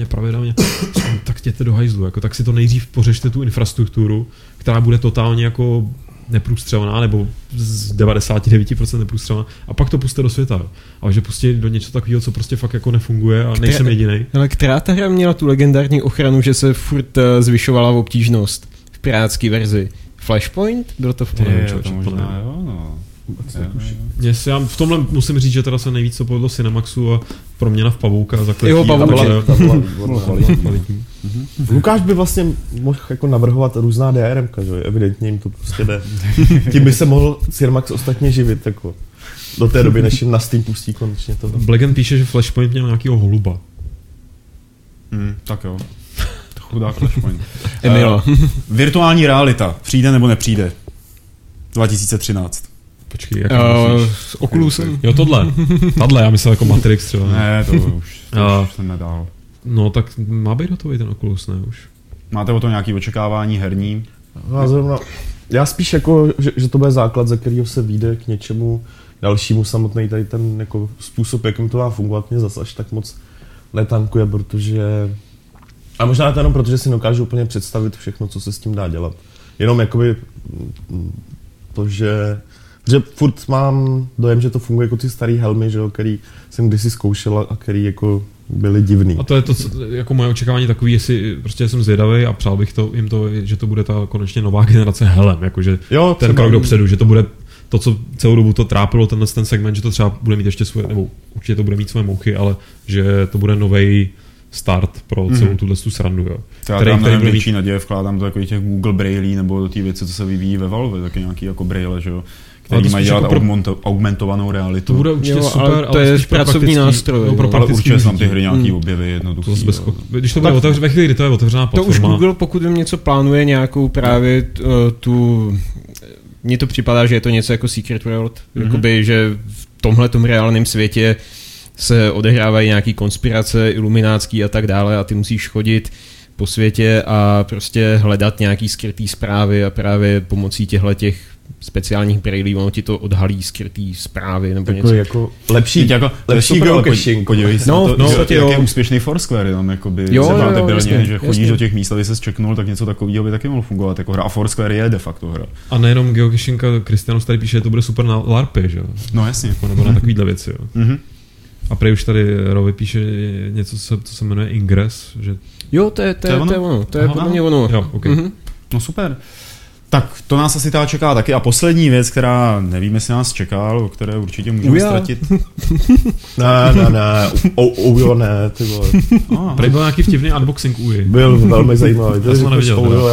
Tak jděte do hajzlu, jako, tak si to nejdřív pořešte tu infrastrukturu, která bude totálně jako neprůstřelná, nebo z 99% neprůstřelná, a pak to puste do světa. Ale že pustit do něco takového, co prostě fakt jako nefunguje a nejsem jedinej. Ale která ta hra měla tu legendární ochranu, že se furt zvyšovala obtížnost v pirátské verzi? Flashpoint? Bylo to v tom? Já v tomhle musím říct, že teda se nejvíc to povedlo Cinemaxu a proměna v pavouka zakletí. Jo, pavouček. Lukáš by vlastně mohl jako navrhovat různá DRMka, že evidentně jim to prostě jde. Tím by se mohl Cinemax ostatně živit, jako do té doby, než jim na Steam pustí konečně to. Blacken píše, že Flashpoint měl nějakýho holuba. Tak jo. Chudák Flashpoint. Emilo. Virtuální realita. Přijde nebo nepřijde? 2013. Počkej, jak s Oculusem. Jo, tohle, já myslel jako Matrix třeba. Ne, to už jsem nedal. No tak má být hotový ten Oculus, ne už? Máte o to nějaké očekávání herní? Já spíš jako, že to bude základ, ze kterého se vyjde k něčemu dalšímu. Samotný tady ten jako způsob, jakým to má fungovat, mě zase až tak moc netankuje, protože... A možná to jenom protože si dokážu úplně představit všechno, co se s tím dá dělat. Jenom jakoby to, že furt mám dojem, že to funguje jako ty starý helmy, že jo, který jsem kdysi zkoušel a který jako byly divný. A to je to, jako moje očekávání takový, jestli prostě jsem zvědavý a přál bych jim to, že to bude ta konečně nová generace helem, jakože jo, ten krok dopředu, že to bude to, co celou dobu to trápilo, ten segment, že to třeba bude mít ještě svoje, nebo určitě to bude mít svoje mouchy, ale že to bude novej start pro celou tuhle srandu, jo. Já tam mnohem větší naděje vkládám do takových těch Google Braillí nebo do té věci, co se vyvíjí ve Valve, taky nějaký jako Braille, že jo, který mají dělat jako augmentovanou realitu. To bude určitě super, ale to je pracovní nástroj. Ale určitě tam ty hry nějaký objevy jednoduchý. Když to bude ve chvíli, kdy to je otevřená platforma. To už Google, pokud jim něco plánuje, nějakou právě mně to připadá, že je to něco jako Secret World, jakoby, že v tomhletom reálném světě se odehrávají nějaký konspirace, iluminátský a tak dále a ty musíš chodit po světě a prostě hledat nějaký skrytý zprávy a právě pomocí těch speciálních brailí, ono ti to odhalí skrytý zprávy nebo něco. Jako lepší geocaching. Podívej se na to, jak je úspěšný Foursquare, tam jakoby zabátebilně, že chodíš do těch míst, aby ses checknul, tak něco takového by taky mohlo fungovat jako hra. A Foursquare je de facto hra. A nejenom geocaching, Kristianus tady píše, že to bude super na LARPy, že jo? No jasně. Jako, nebo na takovýhle věci, jo. A prej už tady Rovi píše něco, co se jmenuje Ingress, že... Jo, to je ono. To je podle mě ono. Jo, okay. No super. Tak to nás asi teda čeká taky. A poslední věc, která nevím, jestli nás čeká, o které určitě můžeme ztratit. Ne, ne, ty vole. Prej byl nějaký vtipný unboxing Uji. Byl velmi zajímavý. Já jsem ho neviděl.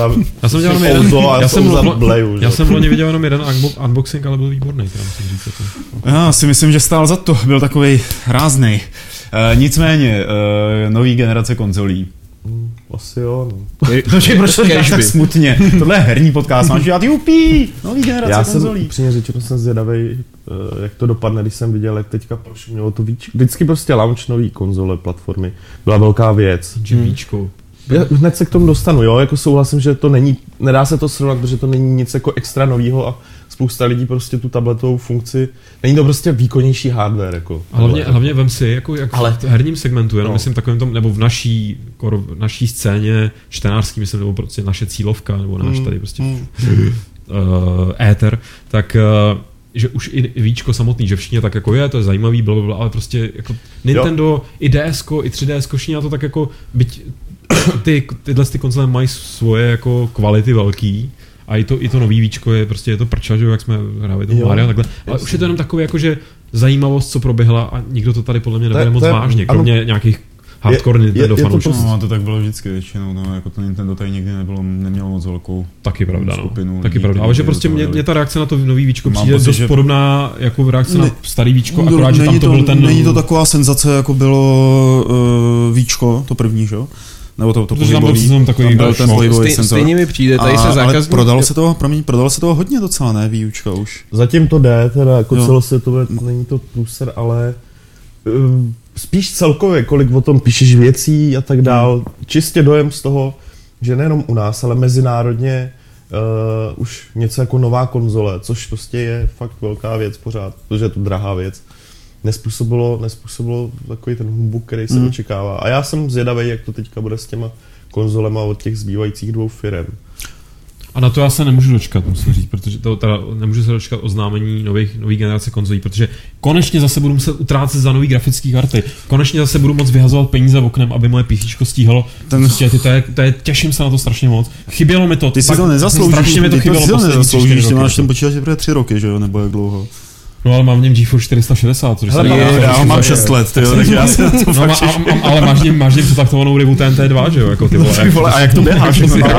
Já jsem loni viděl jenom jeden unboxing, ale byl výborný. Já si myslím, že stál za to. Byl takovej ráznej. Nicméně, nový generace konzolí. Asi jo, no. Proč to děláš tak smutně? Tohle je herní podcast, máš dělat jupí, nový generace konzolí. Já jsem řečeno jsem zvědavej, jak to dopadne, když jsem viděl, jak teďka prošumělo to víčko. Vždycky prostě launch nový konzole, platformy, byla velká věc. Víčko. Hned se k tomu dostanu, jo, jako souhlasím, že to není, nedá se to srovnat, protože to není nic jako extra novýho a spousta lidí prostě tu tabletovou funkci, není to prostě výkonnější hardware, jako. Hlavně vem si, jako ale v herním segmentu, jenom myslím takovým tom, nebo v naší scéně čtenářský, myslím, nebo prostě naše cílovka, nebo náš tady prostě éter, tak že už i víčko samotný, že všichni tak jako to je zajímavý, blablabla, ale prostě jako Nintendo, i DSko, i 3DSko, všichni na to tak jako, byť tyhle konzole mají svoje jako kvality velký, a i to nový víčko je prostě je to prča, že jak jsme hráli toho Maria takhle. Ale už je to jenom takové jako, že zajímavost, co proběhla a nikdo to tady podle mě nebere moc vážně, kromě nějakých hardcore Nintendo fanoušků. No, to tak bylo vždycky většinou, no, jako to Nintendo tady nikdy nemělo moc velkou taky pravda, skupinu. No. Taky pravda, ale že prostě mě ta reakce na to nový víčko přijde dost podobná jako reakce na starý víčko, akorát, že tam to byl ten... Není to taková senzace, jako bylo víčko, to první, že jo? Nebo to pohybový stejně mi přijde, tady se zákazník... Ale prodalo se toho hodně docela, ne, výučka už. Zatím to jde, teda jako celosvětové, není to průser, ale spíš celkově, kolik o tom píšeš věcí a tak dál. Čistě dojem z toho, že nejenom u nás, ale mezinárodně už něco jako nová konzole, což prostě je fakt velká věc pořád, protože je to drahá věc. Nespůsobilo takový ten humbuk, který se očekává. A já jsem zvědavý, jak to teďka bude s těma konzolema od těch zbývajících dvou firem. A na to já se nemůžu dočkat, musím říct, protože to teda nemůžu se dočkat oznámení nový generace konzolí, protože konečně zase budu muset utrácet za nový grafické karty. Konečně zase budu moc vyhazovat peníze v oknem, aby moje PC stíhalo. Těším se na to strašně moc. Chybělo mi to. Ty si to nezasloužíš. Strašně mi to chybělo poslední 3 máš ten počítač teprve 3 roky, že jo, nebo jak dlouho. No ale mám v něm GeForce 460, což já mám 6 let, tyjo, takže já se na to fakt ale máš něm přetaktovanou Rivu TNT2, že jo, jako ty vole. A jak to běháš?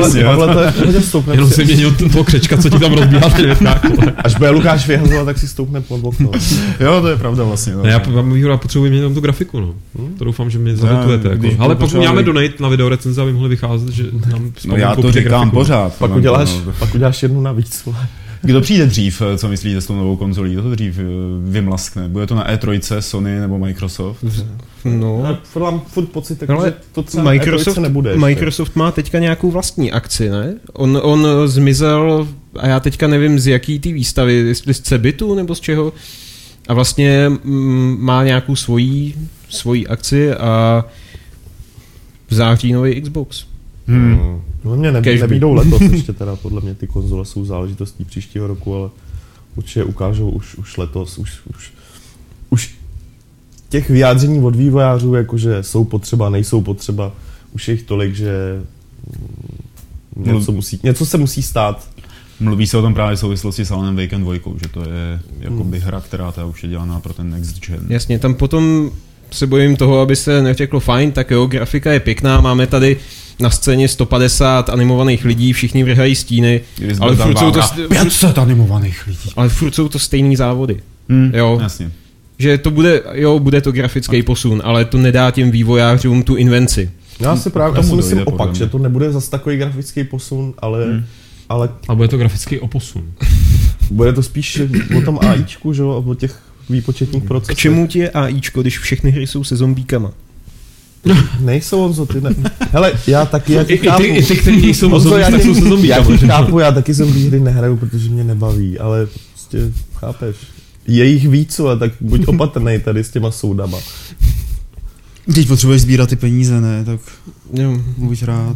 Jenom si měnil toho křečka, co ti tam rozbíhá ten větrák. Až bude Lukáš vyhazovat, tak si stoupne pod okno. Jo, to je pravda vlastně. Já potřebuji měnit tam tu grafiku, no. To doufám, že mě zavetujete. Ale pokud máme donate na videorecenze, aby mohli vycházet, že nám já to říkám pořád. Pak uděláš jednu navíc. Kdo přijde dřív, co myslíte s tou novou konzolí? Kdo to dřív vymlaskne? Bude to na E3, Sony nebo Microsoft? No, mám furt pocit, že to třeba Microsoft nebude. Microsoft má teďka nějakou vlastní akci, ne? On zmizel, a já teďka nevím z jaký té výstavy, jestli z Cebitu nebo z čeho, a vlastně má nějakou svoji akci a v září nový Xbox. No mě nevídou letos ještě teda, podle mě ty konzole jsou záležitostí příštího roku, ale určitě ukážou už letos, už těch vyjádření od vývojářů, jakože jsou potřeba, nejsou potřeba, už je jich tolik, že něco se musí stát. Mluví se o tom právě v souvislosti s Alanem Wakem 2, že to je jakoby hra, která ta už je dělaná pro ten next gen. Jasně, tam potom se bojím toho, aby se neřeklo fajn, tak jo, grafika je pěkná, máme tady na scéně 150 animovaných lidí, všichni vrhají stíny, ale furt jsou to 500 animovaných lidí. Ale furt jsou to stejný závody. Jo. Jasně. Že to bude to grafický posun, ale to nedá těm vývojářům tu invenci. Já si myslím opak, že to nebude zase takový grafický posun, ale A bude to grafický oposun. Bude to spíš o tom AIčku, že jo, o těch výpočetních procesech. K čemu ti je AIčko, když všechny hry jsou se zombíkama? Nejsou, Honzo, ty ne. Hele, já taky chápu. I ty, který nejsou Honzo, tak jsou se zombíkama. Já chápu, já taky zombie hry nehraju, protože mě nebaví, ale prostě chápeš. Je jich víc, ale tak buď opatrnej tady s těma soudama. Teď potřebuješ sbírat ty peníze, ne? Tak buď rád.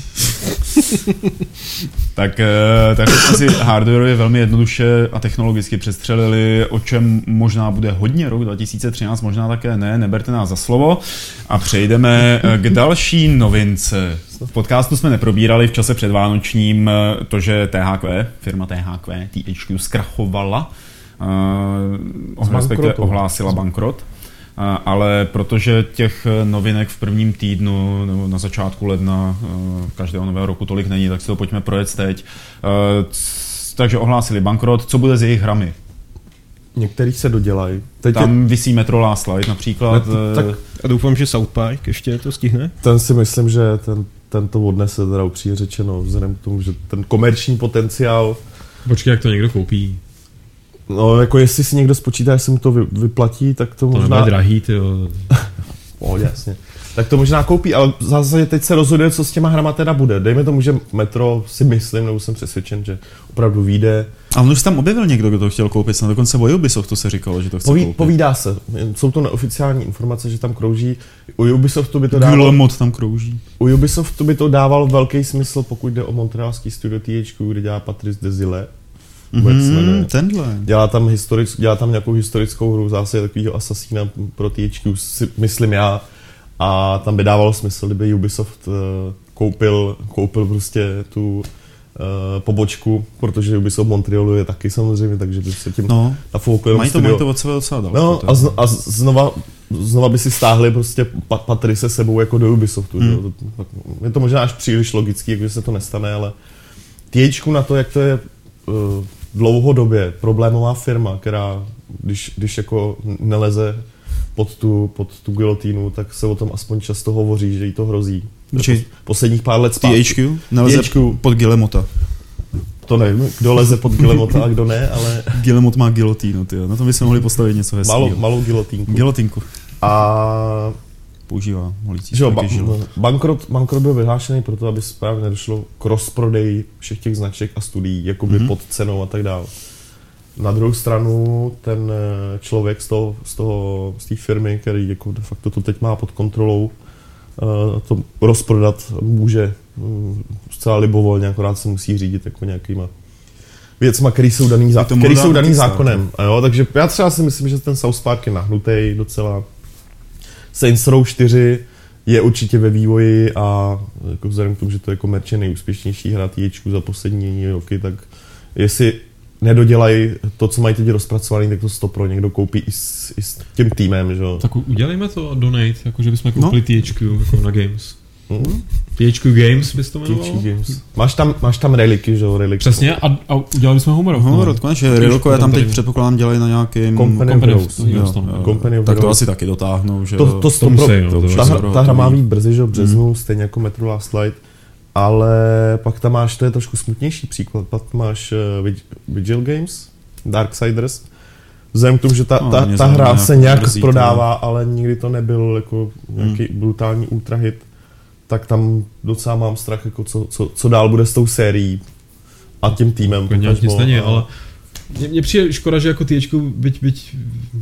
tak jsme si hardwareově velmi jednoduše a technologicky přestřelili, o čem možná bude hodně rok 2013, možná také ne, neberte nás za slovo. A přejdeme k další novince. V podcastu jsme neprobírali v čase předvánočním to, že firma THQ zkrachovala, respektive ohlásila bankrot. Ale protože těch novinek v prvním týdnu nebo na začátku ledna každého nového roku tolik není, tak si to pojďme projet teď. Takže ohlásili bankrot. Co bude s jejich hrami? Některý se dodělají. Tam visí Metro Last Light například. A doufám, že South Park ještě to stihne. Ten si myslím, že ten to odnese, teda upřímně řečeno, vzhledem k tomu, že ten komerční potenciál... Počkej, jak to někdo koupí. No, jako jestli si někdo spočítá, že se mu to vyplatí, tak to možná... To drahý, tyjo. Jasně. Tak to možná koupí, ale v zásadě teď se rozhoduje, co s těma hrama teda bude. Dejme tomu, že Metro si myslím, nebo jsem přesvědčen, že opravdu vyjde. A on už tam objevil někdo, kdo to chtěl koupit, na dokonce o Ubisoftu se říkalo, že to chce koupit. Povídá se. Jsou to neoficiální informace, že tam krouží. U Ubisoftu by to dával... Guillemot tam krouží. U Ubisoftu by to dával velký smysl, pokud jde o montrealský studio THQ, kde dělá Patrice Desilets. Tenhle. Dělá tam nějakou historickou hru, zase takovýho asasína pro THQ, myslím já. A tam by dávalo smysl, kdyby Ubisoft koupil prostě tu pobočku, protože Ubisoft Montrealu je taky samozřejmě, takže by se tím nafoukli. Mají to od sebe docela daleko. No a znova by si stáhli prostě Patrice sebou jako do Ubisoftu. Je to možná až příliš logický, jakže se to nestane, ale THQ na to, jak to je dlouhodobě problémová firma, která když jako neleze pod tu gilotínu, tak se o tom aspoň často hovoří, že jí to hrozí. Posledních pár let zpátky. THQ neleze pod Guillemota. To nevím, kdo leze pod Guillemota a kdo ne, ale... Guillemot má gilotínu, tyjo. Na tom bychom mohli postavit něco hezkého. Malou gilotínku. Gilotínku. A... Používá holící. Bankrot byl vyhlášený proto, aby správně nedošlo k rozprodeji všech těch značek a studií, jakoby pod cenou a tak dále. Na druhou stranu ten člověk z té firmy, který jako de facto to teď má pod kontrolou, to rozprodat může zcela libovolně, akorát se musí řídit jako nějakýma věcma, které jsou daný zákonem. A jo, takže já třeba si myslím, že ten South Park je nahnutý docela. Saints Row 4 je určitě ve vývoji a jako vzhledem k tomu, že to je komerčně nejúspěšnější hra THQ za poslední roky, tak jestli nedodělají to, co mají teď rozpracovaný, tak to 100 pro někdo koupí i s tím týmem, že jo. Tak udělejme to donate, jakože bychom koupili THQ jako na Games. THQ Games bys to jmenoval? Máš tam reliky, že jo? Přesně, a udělali jsme Homerod. Konečně, Relikové tam teď předpokládám dělají na nějakým... Company of Tak to asi taky dotáhnou, že ta hra má být brzy, že jo, březnu, stejně jako Metro Last Light. Ale pak tam máš, to je trošku smutnější příklad, pak máš Vigil Games, Darksiders. Vzhledem k tomu, že ta hra se nějak prodává, ale nikdy to nebyl jako nějaký brutální ultrahit, tak tam docela mám strach, jako co dál bude s tou sérií a tím týmem. Nic není, ale mně přijde škoda, že jako THQ, byť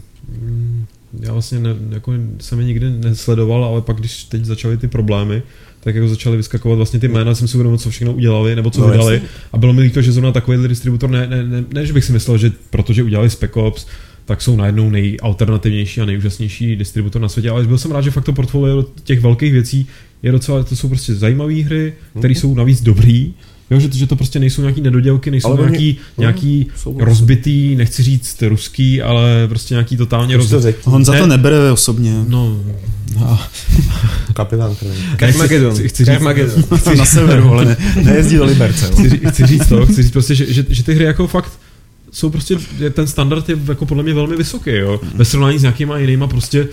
já vlastně jako jsem je nikdy nesledoval, ale pak když teď začaly ty problémy, tak jako začaly vyskakovat vlastně ty jména, jsem si uvědomil, co všechno udělali, nebo co vydali. Jasný. A bylo mi líto, že zrovna takovýhle distributor, ne, že bych si myslel, že protože udělali Spec Ops, tak jsou najednou nejalternativnější a nejúžasnější distributor na světě, ale byl jsem rád, že fakt to portfolio těch velkých věcí je docela, to jsou prostě zajímavé hry, které jsou navíc dobrý, jo, že to prostě nejsou nějaký nedodělky, nejsou nějaký rozbitý, nechci říct ruský, ale prostě nějaký totálně On za to nebere osobně. No, Kapitán Krven. Carmageddon. Chci na severu, ale nejezdí do Liberce. Chci říct prostě, že ty hry jako fakt jsou prostě, ten standard je jako podle mě velmi vysoký, jo. Ve srovnání s nějakýma jinýma prostě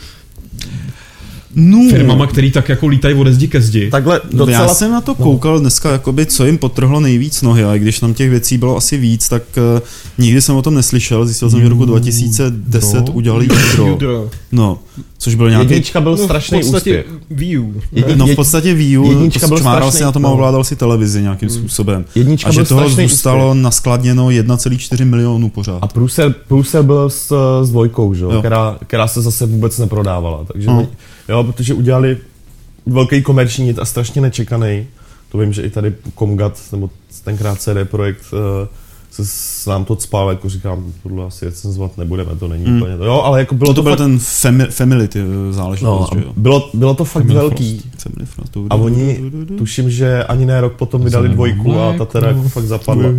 firmama, který tak jako lítají od zdi ke zdi. Takhle docela... Já jsem na to koukal dneska, jakoby, co jim potrhlo nejvíc nohy, a když tam těch věcí bylo asi víc, tak nikdy jsem o tom neslyšel. Zjistil jsem, že roku 2010 udělali Judro. No, což byl nějaký... Jednička byl strašný úspěch. Wii U. No v podstatě Wii U, čmáral si na tom a ovládal si televizi nějakým způsobem. Jednička a že byl toho strašný zůstalo úspěch. naskladněno 1,4 milionu pořád. A průser byl s dvojkou, že? Která se zase vůbec neprodávala. Takže jo, protože udělali velký komerční hit a strašně nečekaný. To vím, že i tady Comgat, nebo tenkrát CD Projekt se s nám to cpal, jako říkám, tohle asi recenzovat nebudeme, to není úplně to. Jo, ale jako bylo to byl fakt... ten family záležitost, no, jo. Bylo to fakt velký. A oni, tuším, že ani ne rok potom vydali dvojku a ta teda jako fakt zapadla.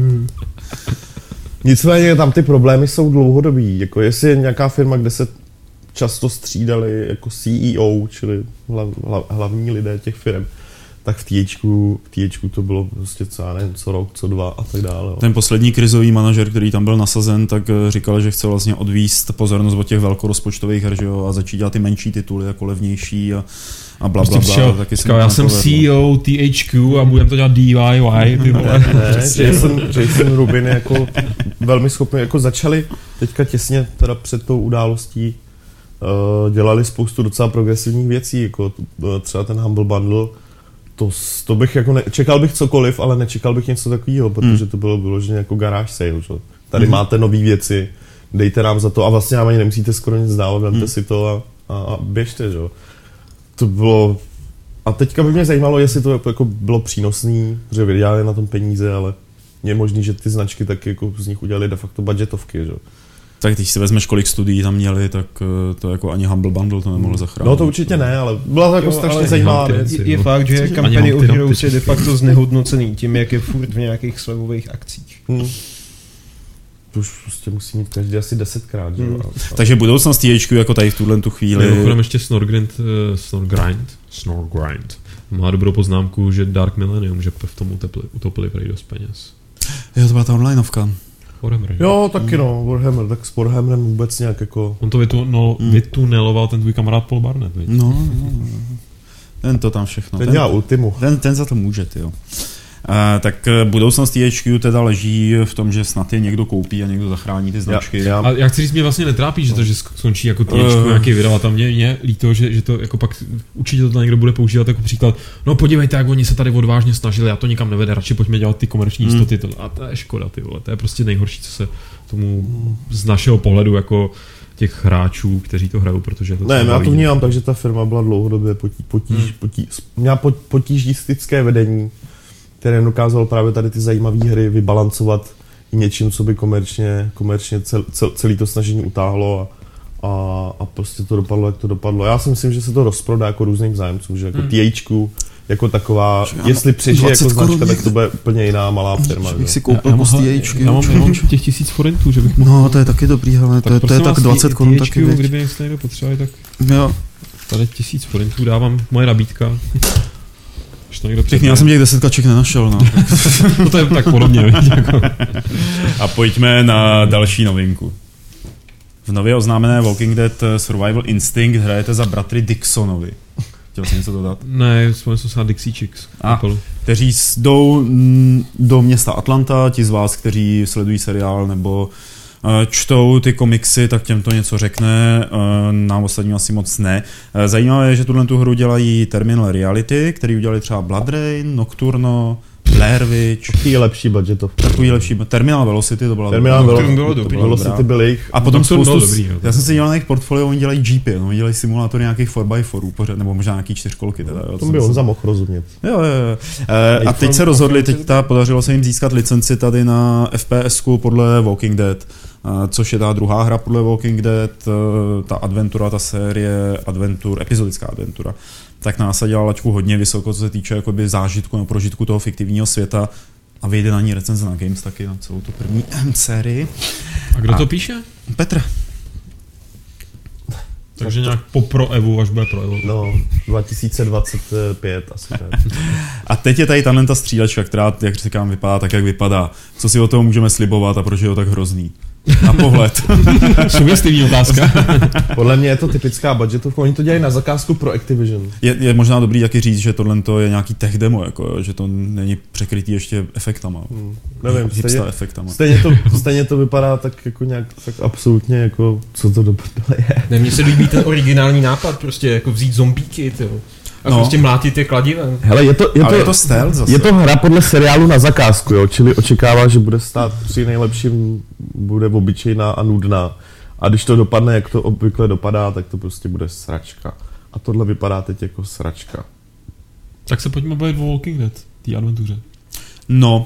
Nicméně tam ty problémy jsou dlouhodobý. Jako jestli je nějaká firma, kde se často střídali jako CEO, čili hlavní lidé těch firm, tak v THQ to bylo prostě co já nevím, co rok, co dva a tak dále. Ten poslední krizový manažer, který tam byl nasazen, tak říkal, že chce vlastně odvíst pozornost od těch velkorozpočtových her, že jo, a začít dělat ty menší tituly, jako levnější a bla, bla, bla. Taky já jsem CEO THQ a budem to dělat DIY. Jason Rubin je jako velmi schopný, jako začali teďka těsně teda před tou událostí dělali spoustu docela progresivních věcí, jako třeba ten Humble Bundle. To bych jako čekal bych cokoliv, ale nečekal bych něco takového, protože to bylo vyloženě jako garage sale. Že? Tady máte nové věci, dejte nám za to a vlastně nám ani nemusíte skoro nic dávat, vemte si to a běžte. Že? To bylo... A teďka by mě zajímalo, jestli to jako bylo přínosný, že vydělali na tom peníze, ale je možný, že ty značky taky jako z nich udělali de facto budgetovky. Že? Tak když si vezmeš, kolik studií tam měli, tak to jako ani Humble Bundle to nemohl zachránit. No to určitě ne, ale byla to jako strašně zajímavá věc. Je fakt, že Company of Heroes je de facto znehodnocený tím, jak je furt v nějakých slevových akcích. To už prostě musí mít každý asi 10krát. Takže budoucnost THQ jako tady v tu chvíli... Mimochodem ještě Snorgrind má dobrou poznámku, že Dark Millennium, že v tom utopili prej dost peněz. Jo, to byla ta onlineovka. Warhammer. Jo, taky no, Warhammer, tak s Warhammerem vůbec nějak jako... On to vytuneloval ten tvůj kamarád Paul Barnett, viď? No. Ten to tam všechno. Ten dělá Ultimu. Ten za to může, jo. Tak budoucnost THQ teda leží v tom, že snad je někdo koupí a někdo zachrání ty značky. A já chci říct, mě vlastně netrápí, že to, že skončí jako THQ nějaký vydavatel. Mě líto, že to jako pak určitě to někdo bude používat jako příklad. No podívejte, jak oni se tady odvážně snažili, a to nikam nevede, radši pojďme dělat ty komerční jistoty. A to je škoda, ty vole. To je prostě nejhorší, co se tomu z našeho pohledu jako těch hráčů, kteří to hrajou, protože to... Ne, já to vnímám tak, že ta firma byla dlouhodobě měla potížistické vedení, které dokázalo právě tady ty zajímavé hry vybalancovat i něčím, co by komerčně celé to snažení utáhlo a prostě to dopadlo, jak to dopadlo. Já si myslím, že se to rozprodá jako různým zájemcům, že jako THQ jako taková, jestli přežije jako značka, tak to bude úplně jiná malá firma. Bych si koupil po THQ. Já mám těch 1000 forintů, že bych mohl... No, to je taky dobrý, ale to je tak 20 korun taky. Kdyby jestli někdo potřebuje, tak jo. Tady 1000 forintů dávám, moje nabídka. Pěkně, já jsem těch 10 kaček nenašel, no. To je tak podobně, jako. A pojďme na další novinku. V nově oznámené Walking Dead Survival Instinct hrajete za bratry Dixonovi. Chtěl jsi něco dodat? Ne, vzpomněl jsem se na Dixie Chicks. Kteří jdou do města Atlanta, ti z vás, kteří sledují seriál nebo čtou ty komiksy, tak těm to něco řekne, nám ostatním asi moc ne. Zajímavé je, že tu hru dělají Terminal Reality, který udělali třeba Blood Rain, Nocturno, Blair Witch. Takový lepší budgetov. Terminal Velocity, to byla Velocity byl jejich. A potom spoustu, já jsem si dělal na jejich portfolio, oni dělají Jeepy, oni dělají simulátory nějakých 4x4, nebo možná nějaký 4kolky. Teda, to by on zamohl rozumět. Jo. A teď se rozhodli, podařilo se jim získat licenci tady na FPSku podle Walking Dead, což je ta druhá hra podle Walking Dead, ta adventura, ta série epizodická adventura, tak nasadila laťku hodně vysoko, co se týče jakoby zážitku nebo prožitku toho fiktivního světa a vyjde na ní recenze na Games taky, na celou tu první sérii. A kdo to píše? Petr. Takže nějak po Pro Evu, až bude Pro Evo. No, 2025 asi. A teď je tady ta střílečka, která, jak říkám, vypadá tak, jak vypadá. Co si o tom můžeme slibovat a proč je to tak hrozný? Na pohled. Sugestivní otázka. Podle mě je to typická budgetovka, oni to dělají na zakázku pro Activision. Je možná dobrý taky říct, že tohle je nějaký tech demo, jako, že to není překrytý ještě efektama. Nevím, efektama. Stejně to vypadá tak jako nějak tak absolutně jako, co to do prdele je. Ne, mně se líbí ten originální nápad, prostě jako vzít zombíky, tyjo. A prostě mlátit je kladivem. Hele, je to stealth zase. Je to hra podle seriálu na zakázku, jo, čili očekává, že bude stát při nejlepším, bude obyčejná a nudná. A když to dopadne, jak to obvykle dopadá, tak to prostě bude sračka. A tohle vypadá teď jako sračka. Tak se pojďme bavit o Walking Dead, té adventuře. No,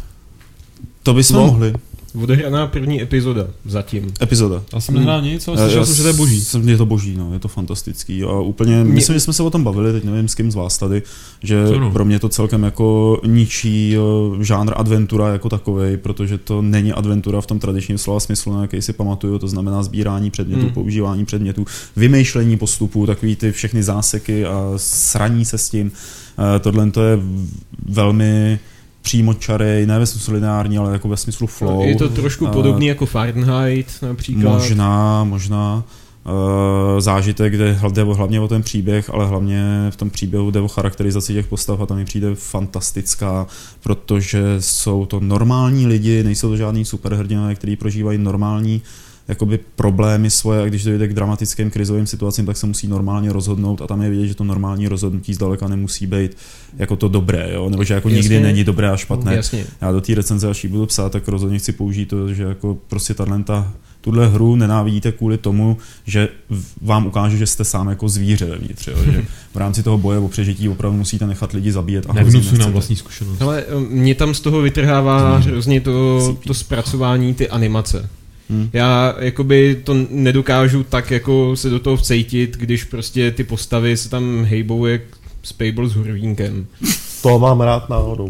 to bychom mohli. Odehraná první epizoda zatím. Epizoda. Já jsem nehrál nic, ale slyšel jsem, že to je boží. Je to boží, no, je to fantastický. A úplně, myslím, že jsme se o tom bavili, teď nevím s kým z vás tady, že pro mě to celkem jako ničí žánr adventura jako takovej, protože to není adventura v tom tradičním slova smyslu, na jaký si pamatuju, to znamená sbírání předmětů, používání předmětů, vymýšlení postupů, takový ty všechny záseky a sraní se s tím. Tohle to je velmi přímočarej, ne ve smyslu lineární, ale jako ve smyslu flow. Je to trošku podobný jako Fahrenheit například. Možná. Zážitek, kde jde hlavně o ten příběh, ale hlavně v tom příběhu jde o charakterizaci těch postav a tam mi přijde fantastická, protože jsou to normální lidi, nejsou to žádný superhrdinové, kteří prožívají normální jakoby problémy svoje a když dojde k dramatickým krizovým situacím, tak se musí normálně rozhodnout a tam je vidět, že to normální rozhodnutí zdaleka nemusí být jako to dobré, jo? Nebo že jako nikdy není dobré a špatné. Jasně. Já do té recenze, až ji budu psát, tak rozhodně chci použít to, že jako prostě tuhle hru nenávidíte kvůli tomu, že vám ukáže, že jste sám jako zvíře vevnitř, jo? Že v rámci toho boje o přežití opravdu musíte nechat lidi zabíjet. Nevnucuj nám vlastní zkušenost. Ale mě tam z toho vytrhává hrozně to zpracování, ty animace. Já jakoby to nedokážu tak jako se do toho vcejtit, když prostě ty postavy se tam hejbou jak Spable s hurvínkem. To mám rád náhodou.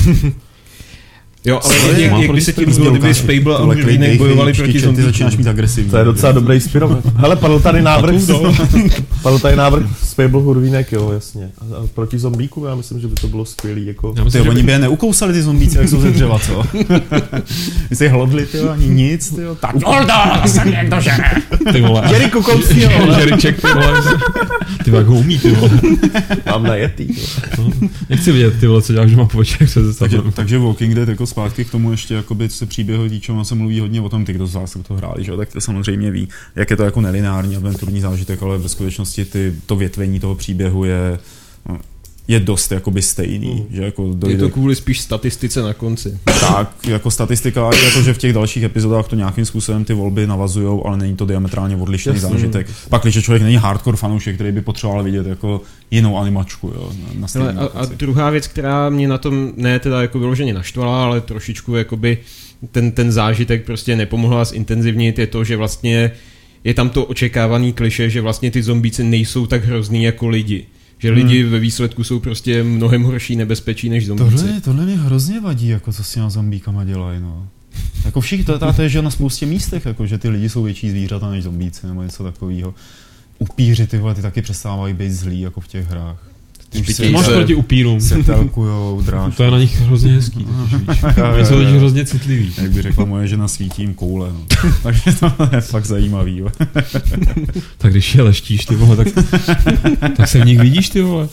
Jo, ale jak by se ti líbilo, kdyby Spable a hurvínek bojovali proti zombíkům. Ty začínáš mít agresivní. To je docela dobrý inspirovat. Hele, padl tady návrh Spable hurvínek, jo, jasně. A proti zombíku, já myslím, že by to bylo skvělý. Jako... Oni by je neukousali ty zombíci, jak jsou ze dřeva, co? Vy jsi hlodli, tyjo, ani nic, tyjo. Tak Jordan, jsem někdo žere. Ty vole. Jericho kousí, jo. Jeriček, ty vole. Ty jak ho umí, ty vole. Mám najetý. Nechci vidět, ty vole, co děláš, že má pověček se takže Walking Dead jako zpátky k tomu ještě, jakoby, co se příběhu týče, se mluví hodně o tom, ty, kdo z vás to hráli, že? Tak to samozřejmě ví, jak je to jako nelineární adventurní zážitek, ale ve skutečnosti to větvení toho příběhu je dost jakoby stejný. Že jako je to kvůli spíš statistice na konci. Tak, jako statistika, jako že v těch dalších epizodách to nějakým způsobem ty volby navazujou, ale není to diametrálně odlišný zážitek. Pak, když člověk není hardcore fanoušek, který by potřeboval vidět jako jinou animačku. Jo, a druhá věc, která mě na tom ne teda jako vyloženě naštvala, ale trošičku jakoby ten zážitek prostě nepomohla zintenzivnit, je to, že vlastně je tam to očekávaný klišé, že vlastně ty zombíci nejsou tak hrozný jako lidi. Že lidi ve výsledku jsou prostě mnohem horší nebezpečí než zombíci. Tohle mě hrozně vadí, jako co si na zombíkama dělají, no. Jako všichni, to je, že na spoustě místech, jako, že ty lidi jsou větší zvířata než zombíci, nebo něco takového. Upíři, ty vole, ty taky přestávají být zlí, jako v těch hrách. Ty máš proti upírům. Se telkujou, dráž. To je na nich hrozně hezký. Jsou lidi hrozně citlivý. Jak by řekla moje žena, svítí jim koule. No. Takže to je fakt zajímavý. Jo. Tak když je leštíš, ty vole, tak se v nich vidíš, ty vole.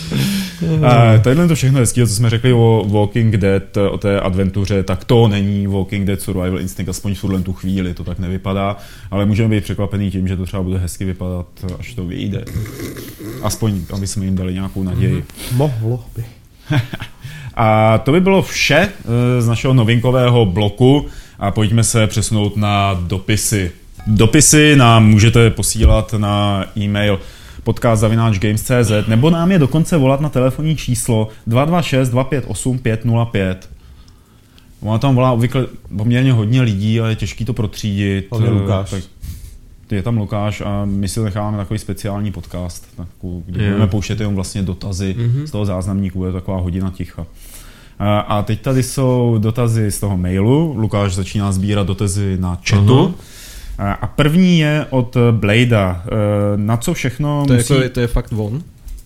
Tohle to všechno hezký, co jsme řekli o Walking Dead, o té adventuře, tak to není Walking Dead Survival Instinct, aspoň v tu chvíli to tak nevypadá, ale můžeme být překvapený tím, že to třeba bude hezky vypadat, až to vyjde. Aspoň, aby jsme jim dali nějakou naději. Mohlo by. A to by bylo vše z našeho novinkového bloku a pojďme se přesunout na dopisy. Dopisy nám můžete posílat na e-mail podcast@games.cz nebo nám je dokonce volat na telefonní číslo 226 258 505. Ona tam volá obvykle poměrně hodně lidí a je těžký to protřídit. Lukáš. Je tam Lukáš a my si necháváme takový speciální podcast, kde budeme pouštět jenom vlastně dotazy z toho záznamníku, bude taková hodina ticha. A teď tady jsou dotazy z toho mailu, Lukáš začíná sbírat dotazy na chatu. A první je od Bladea. Na co všechno musí... To je fakt on?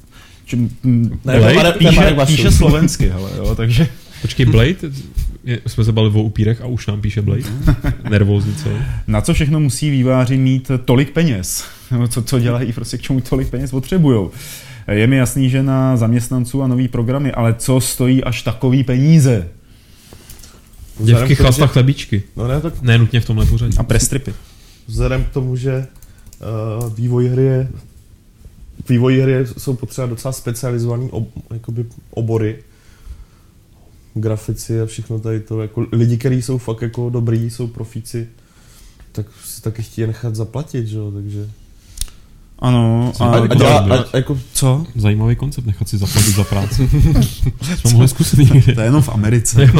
Píše slovensky, hele, jo, takže... Počkej, Blade? Jsme se bavili o upírech a už nám píše Blade. Nervózní, co? Na co všechno musí vývojáři mít tolik peněz? Co dělají, prostě k čemu tolik peněz potřebujou? Je mi jasný, že na zaměstnanců a nový programy, ale co stojí až takový peníze? Děvky, chlasta, chlebíčky. No ne, tak... Ne nutně v tomhle pořadí. A prestripy. Vzhledem k tomu, že vývoj hry jsou potřeba docela specializovaný obory, grafici a všechno tady to, jako lidi, kteří jsou fakt jako dobrý, jsou profíci, tak si taky chtějí nechat zaplatit, že jo, takže... Ano, a jako... Co? Zajímavý koncept, nechat si zaplatit za práci. Jsme mohli zkusit někdy. To je jenom v Americe.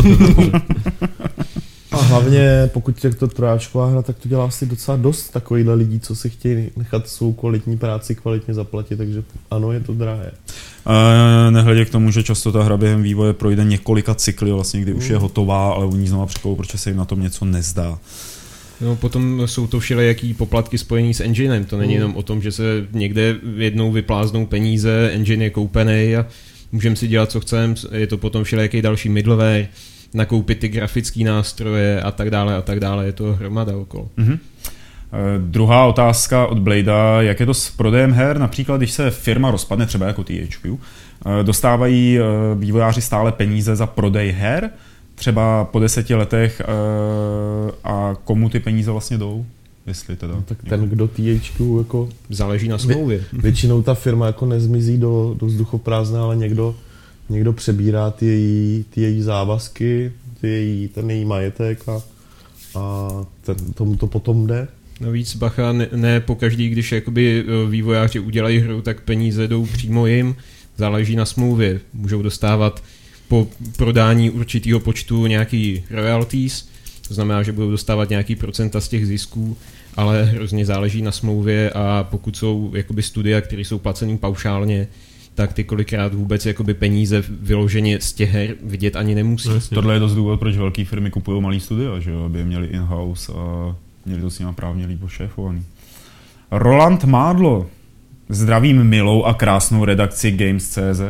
A hlavně, pokud je to trojáčková hra, tak to dělá asi docela dost takovýhle lidí, co si chtějí nechat svou kvalitní práci kvalitně zaplatit, takže ano, je to drahé. Nehledě k tomu, že často ta hra během vývoje projde několika cykly, vlastně, kdy už je hotová, ale oni znovu překou, protože se jim na tom něco nezdá. No, potom jsou to všelijaký poplatky spojený s enginem. To není jenom o tom, že se někde jednou vypláznou peníze, engine je koupený a můžeme si dělat, co chceme. Je to potom všelijaký další middleware, nakoupit ty grafické nástroje a tak dále. Je to hromada okolo. Mm-hmm. Druhá otázka od Bladea. Jak je to s prodejem her? Například, když se firma rozpadne, třeba jako THQ, dostávají vývojáři stále peníze za prodej her? Třeba po 10 letech a komu ty peníze vlastně jdou? Jestli teda. No, tak ten, kdo THQ jako... Záleží na smlouvě. Většinou ta firma jako nezmizí do vzduchoprázdna, ale někdo přebírá ty její závazky, ten její majetek a tomu to potom jde. Navíc bacha, ne pokaždý, když jakoby vývojáři udělají hru, tak peníze jdou přímo jim. Záleží na smlouvě. Můžou dostávat po prodání určitého počtu nějaký royalties, to znamená, že budou dostávat nějaký procenta z těch zisků, ale hrozně záleží na smlouvě a pokud jsou jakoby studia, které jsou placený paušálně, tak ty kolikrát vůbec jakoby peníze vyloženě z těch her vidět ani nemusí. Tohle je dost důvod, proč velké firmy kupují malý studia, že jo? Aby je měli in-house a měli to s nimi právně líp ošéfovaný. Roland Mádlo. Zdravím milou a krásnou redakci Games.cz.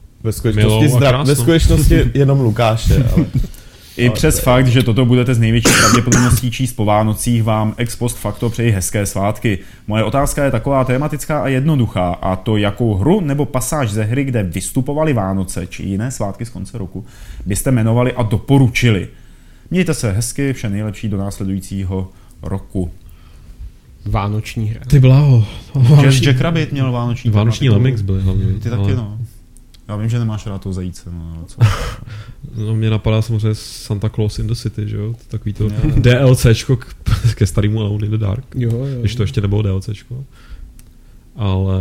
Ve skutečnosti jenom Lukáše, ale... I přes fakt, že toto budete z největší pravděpodobností číst po Vánocích, vám ex post facto přeji hezké svátky. Moje otázka je taková tematická a jednoduchá, a to jakou hru nebo pasáž ze hry, kde vystupovaly Vánoce či jiné svátky z konce roku, byste jmenovali a doporučili. Mějte se hezky, vše nejlepší do následujícího roku. Vánoční hra. Ty bláho. Jack Rabbit měl vánoční Lemmings byly hlavně. Ty taky, no. Já vím, že nemáš rád toho zajíce, no, co? No, mě napadá samozřejmě Santa Claus in the City, že jo? Takový to DLCčko ke starému Alone in the Dark. Jo. Když to ještě nebylo DLCčko. Ale...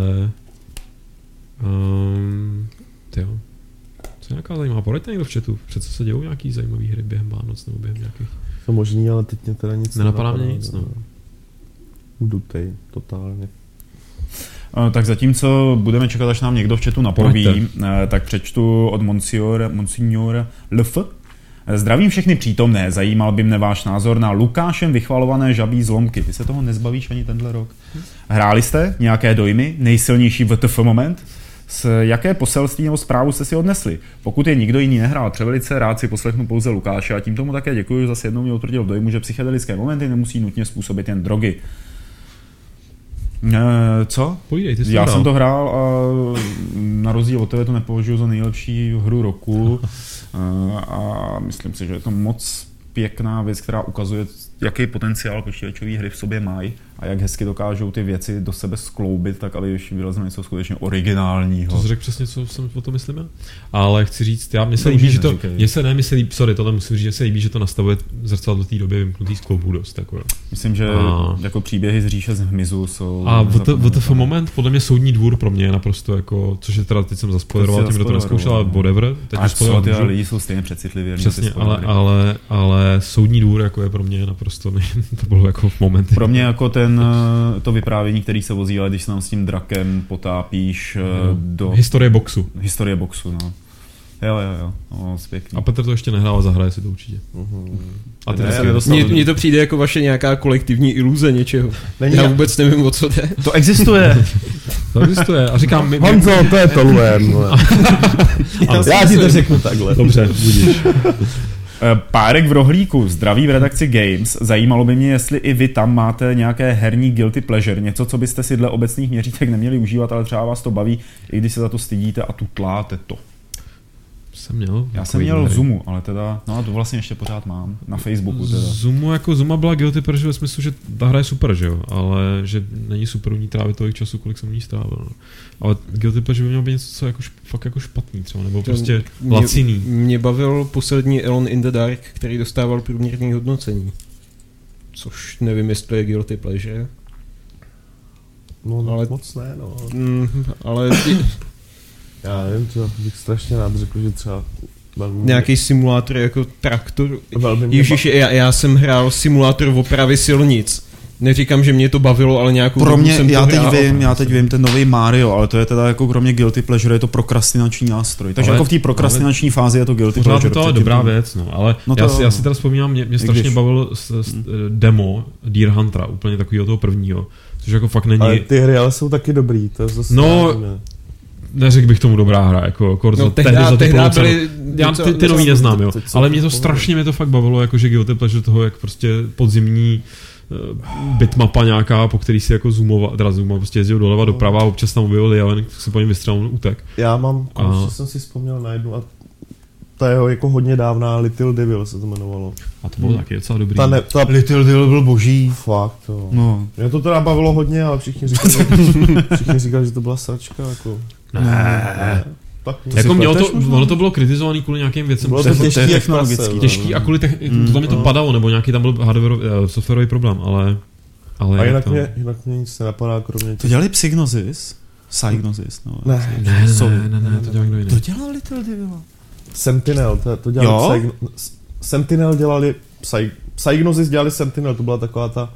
tyjo. Co je nějaká zajímavá? Poraďte někdo v chatu. Přece se dějou nějaký zajímavý hry během Vánoc nebo během nějakých... To možný, ale teď mě teda nic nenapadá. Mě nic, no. Dutej, totálně. Tak zatímco budeme čekat, až nám někdo v chatu napoví, tak přečtu od Monsignor LF. Zdravím všechny přítomné, zajímal by mne váš názor na Lukášem vychvalované žabí zlomky. Ty se toho nezbavíš ani tenhle rok. Hráli jste nějaké dojmy? Nejsilnější WTF moment? S jaké poselství nebo zprávu jste si odnesli? Pokud je nikdo jiný nehrál, velice rád si poslechnu pouze Lukáše a tím tomu také děkuji, že zase jednou mě utvrdil v dojmu, že psychedelické momenty nemusí nutně způsobit jen drogy. Co? Povídej, ty jsi Já jsem to hrál a na rozdíl od tebe to nepovažuji za nejlepší hru roku a myslím si, že je to moc pěkná věc, která ukazuje, jaký potenciál počítačové hry v sobě mají a jak hezky dokážou ty věci do sebe skloubit, tak aby vylezlo něco skutečně originálního. To jsi řekl přesně, co jsem o tom myslím. Ale chci říct, mně se líbí, že to, musím říct, že se líbí, že to nastavuje zrcadlo do té doby vymknutý z kloubů dost. Jako. Myslím, že jako příběhy z říše z hmyzu jsou... A v moment, podle mě Soudní dvůr pro mě je naprosto jako, což je teda, teď jsem zaspoileroval tím, kdo to neskoušel, ale whatever. A co, ty lidi jsou stejně přecitliví. Přesně, ale Soudní dvůr jako je pro mě naprosto, to bylo jako v momenty. Pro mě jako to vyprávění, který se vozí, ale když se nám s tím drakem potápíš do... Historie boxu, no. Jo, no, pěkný. A Petr to ještě nehrál a zahraje si to určitě. A ty Mně to přijde jako vaše nějaká kolektivní iluze něčeho. Já vůbec nevím, o co jde. To existuje. To existuje. A říkám... Honzo, to je Toluem. Já ti to řeknu takhle. Dobře, budíš. Párek v rohlíku, zdraví v redakci Games. Zajímalo by mě, jestli i vy tam máte nějaké herní guilty pleasure, něco, co byste si dle obecných měřítek neměli užívat, ale třeba vás to baví, i když se za to stydíte a tutláte to. Já jsem měl Zumu, ale teda, no a to vlastně ještě pořád mám, na Facebooku teda. Zuma byla guilty pleasure ve smyslu, že ta hra je super, že jo, ale že není super u ní trávit tolik času, kolik jsem u ní strávil. No. Ale guilty pleasure by mělo být něco, co je fakt jako špatný třeba, nebo prostě laciný. Mě bavil poslední Alone in the Dark, který dostával průměrný hodnocení. Což nevím, jestli je guilty pleasure. No ale moc ne, no. Ale... Já nevím, to bych strašně rád řekl, že třeba... Nějaký simulátor jako traktor. Ježiši, já jsem hrál simulátor opravy silnic. Neříkám, že mě to bavilo, ale nějakou pro mě, jsem já teď vím ten nový Mario, ale to je teda jako kromě guilty pleasure, je to prokrastinační nástroj. Takže ale, jako v té prokrastinační fázi je to guilty pleasure. To je dobrá věc, no, ale no já si teda vzpomínám, mě strašně bavil demo Deer Huntera, úplně takového toho prvního, což jako fakt není... Ale ty hry ale jsou taky dobrý, to je zase... Neřekl bych tomu dobrá hra, jako ty nový neznám, jo. Ale mě to strašně fakt bavilo, jakože guilty pleasure toho, jak prostě podzimní bitmapa nějaká, po který si jako zoomoval, prostě jezdil doleva doprava a občas tam objevil Javen, si po něm vystřelil útek. Já mám, konečně jsem si vzpomněl na jednu a ta jeho jako hodně dávná Little Devil se to jmenovalo. A to bylo taky docela dobrý. Little Devil byl boží. Fakt, jo. No. Mě to teda bavilo hodně, ale všichni říkali, že to byla sračka, jako... Ne. Jako ono to bylo kritizovaný kvůli nějakým věcem. Bylo to těžký technologický. Těžký a kvůli to mi to padalo, nebo nějaký tam byl softwarový problém, ale a jinak mě nic nenapadá, kromě... To dělali Psygnosis? No. Ne, to dělal kdo jiný. To dělal Little Devil. Sentinel, to dělali Sentinel dělali Psygnosis dělali Sentinel, to byla taková ta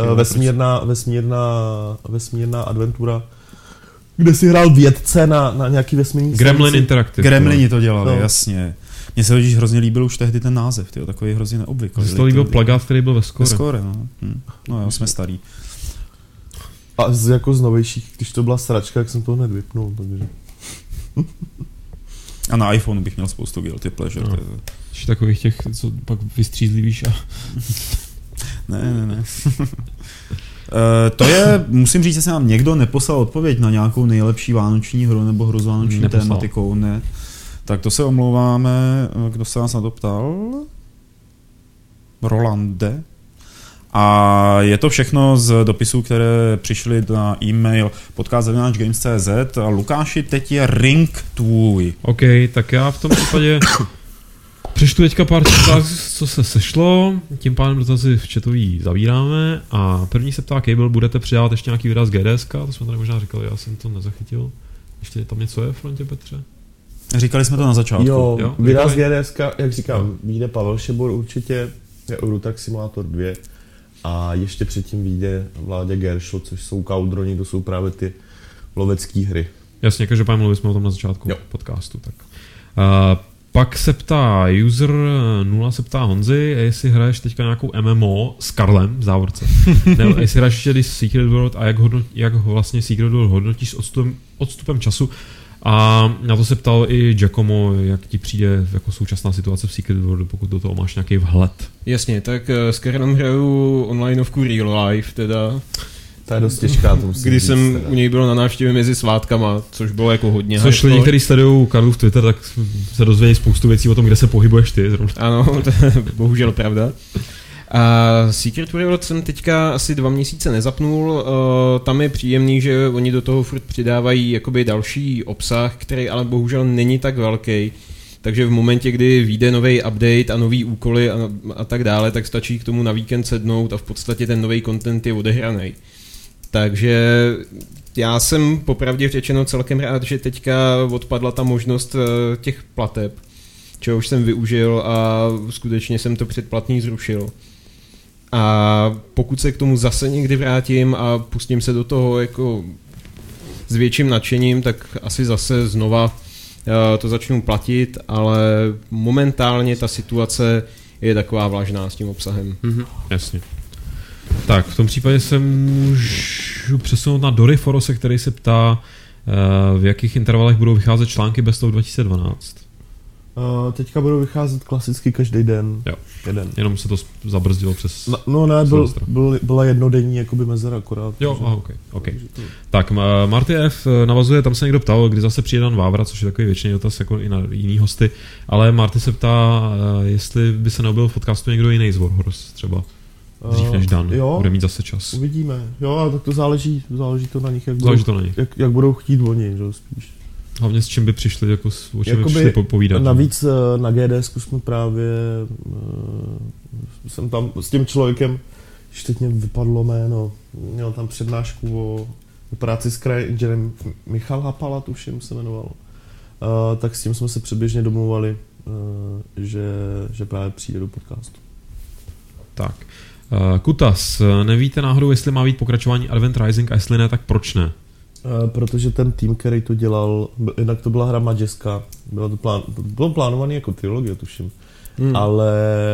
vesmírná adventura, kde si hrál vědce na nějaký vesmírný Gremlin Interactive. Gremlini to dělali, no. Jasně. Mně se totiž hrozně líbil už tehdy ten název, tyjo, takový hrozně neobvyklý. Mně se to líbil plagát, který byl ve Score. Ve Score, no. No jo, jsme starý. A jako z novějších, když to byla sračka, jak jsem to hned vypnul, takže... A na iPhoneu bych měl spoustu guilty pleasure. No. Takových těch, co pak vystřízlivíš a... Ne. To je, musím říct, že se nám někdo neposlal odpověď na nějakou nejlepší vánoční hru nebo hru s vánoční tématikou. Ne. Tak to se omlouváme. Kdo se nás na to ptal? Rolande. A je to všechno z dopisů, které přišly na e-mail podcast@games.cz. Lukáši, teď je ring tvůj. OK, tak já v tom případě přečtu teďka pár co se sešlo, tím pádem dotazy v chatový zavíráme a první se ptá Cable, budete přidávat ještě nějaký výraz GDSK, to jsme tady možná říkali, já jsem to nezachytil. Ještě tam něco je v frontě, Petře? Říkali jsme to na začátku. Jo? Výraz GDSK, jak říkám, vyjde Pavel Šebor určitě, je Eurotruck Simulator 2 a ještě předtím vyjde Vládě Geršl, což jsou Cowdroni, to jsou právě ty lovecké hry. Jasně, každopádně mluvili jsme o tom na začátku podcastu. Tak. Pak se ptá user 0 se ptá Honzy, jestli hraješ teďka nějakou MMO s Karlem v závorce. Nebo jestli hraješ ještě Secret World a jak vlastně Secret World hodnotíš s odstupem času. A na to se ptal i Giacomo, jak ti přijde jako současná situace v Secret Worldu, pokud do toho máš nějaký vhled. Jasně, tak s Karlem hraju onlineovku Real Life teda. To je dost těžká, to musím Když jsem u něj byl na návštěvě mezi svátkama, což bylo jako hodně. Což lidi, kteří sledují Karlův Twitter, tak se dozvědí spoustu věcí o tom, kde se pohybuješ ty. Ano, to je bohužel pravda. A Secret World jsem teďka asi 2 měsíce nezapnul, tam je příjemný, že oni do toho furt přidávají jakoby další obsah, který ale bohužel není tak velký. Takže v momentě, kdy vyjde nový update a nový úkoly a tak dále, tak stačí k tomu na víkend sednout a v podstatě ten nový content je odehraný. Takže já jsem popravdě řečeno celkem rád, že teďka odpadla ta možnost těch plateb, čehož jsem využil a skutečně jsem to předplatný zrušil. A pokud se k tomu zase někdy vrátím a pustím se do toho jako s větším nadšením, tak asi zase znova to začnou platit, ale momentálně ta situace je taková vlažná s tím obsahem. Jasně. Tak, v tom případě se můžu přesunout na Dory Forose, který se ptá, v jakých intervalech budou vycházet články Best of 2012. Teďka budou vycházet klasicky každý den. Jo. Jeden. Jenom se to zabrzdilo přes... No ne, byla jednodenní jakoby mezera akorát. Jo, okay. Tak, Marty F. navazuje, tam se někdo ptal, kdy zase přijde Dan Vávra, což je takový věčný dotaz jako i na jiný hosty, ale Marty se ptá, jestli by se neobjevil v podcastu někdo jiný z Warhorse třeba. Dřív než Dan, bude mít zase čas. Uvidíme. Jo, tak to záleží to na nich, jak budou chtít oni, že spíš. Hlavně s čím by přišli, jako o čem by přišli povídat. Navíc na GDSku jsme právě, jsem tam s tím člověkem, když teď mě vypadlo jméno, měl tam přednášku o práci s CryEngenem, Michal Hapala, tuším se jmenoval. Tak s tím jsme se předběžně domluvali, že právě přijde do podcastu. Tak. Kutas, nevíte náhodou, jestli má být pokračování Advent Rising a jestli ne, tak proč ne? Protože ten tým, který to dělal, jinak to byla hra Majeska, bylo plánované jako trilogie, tuším, ale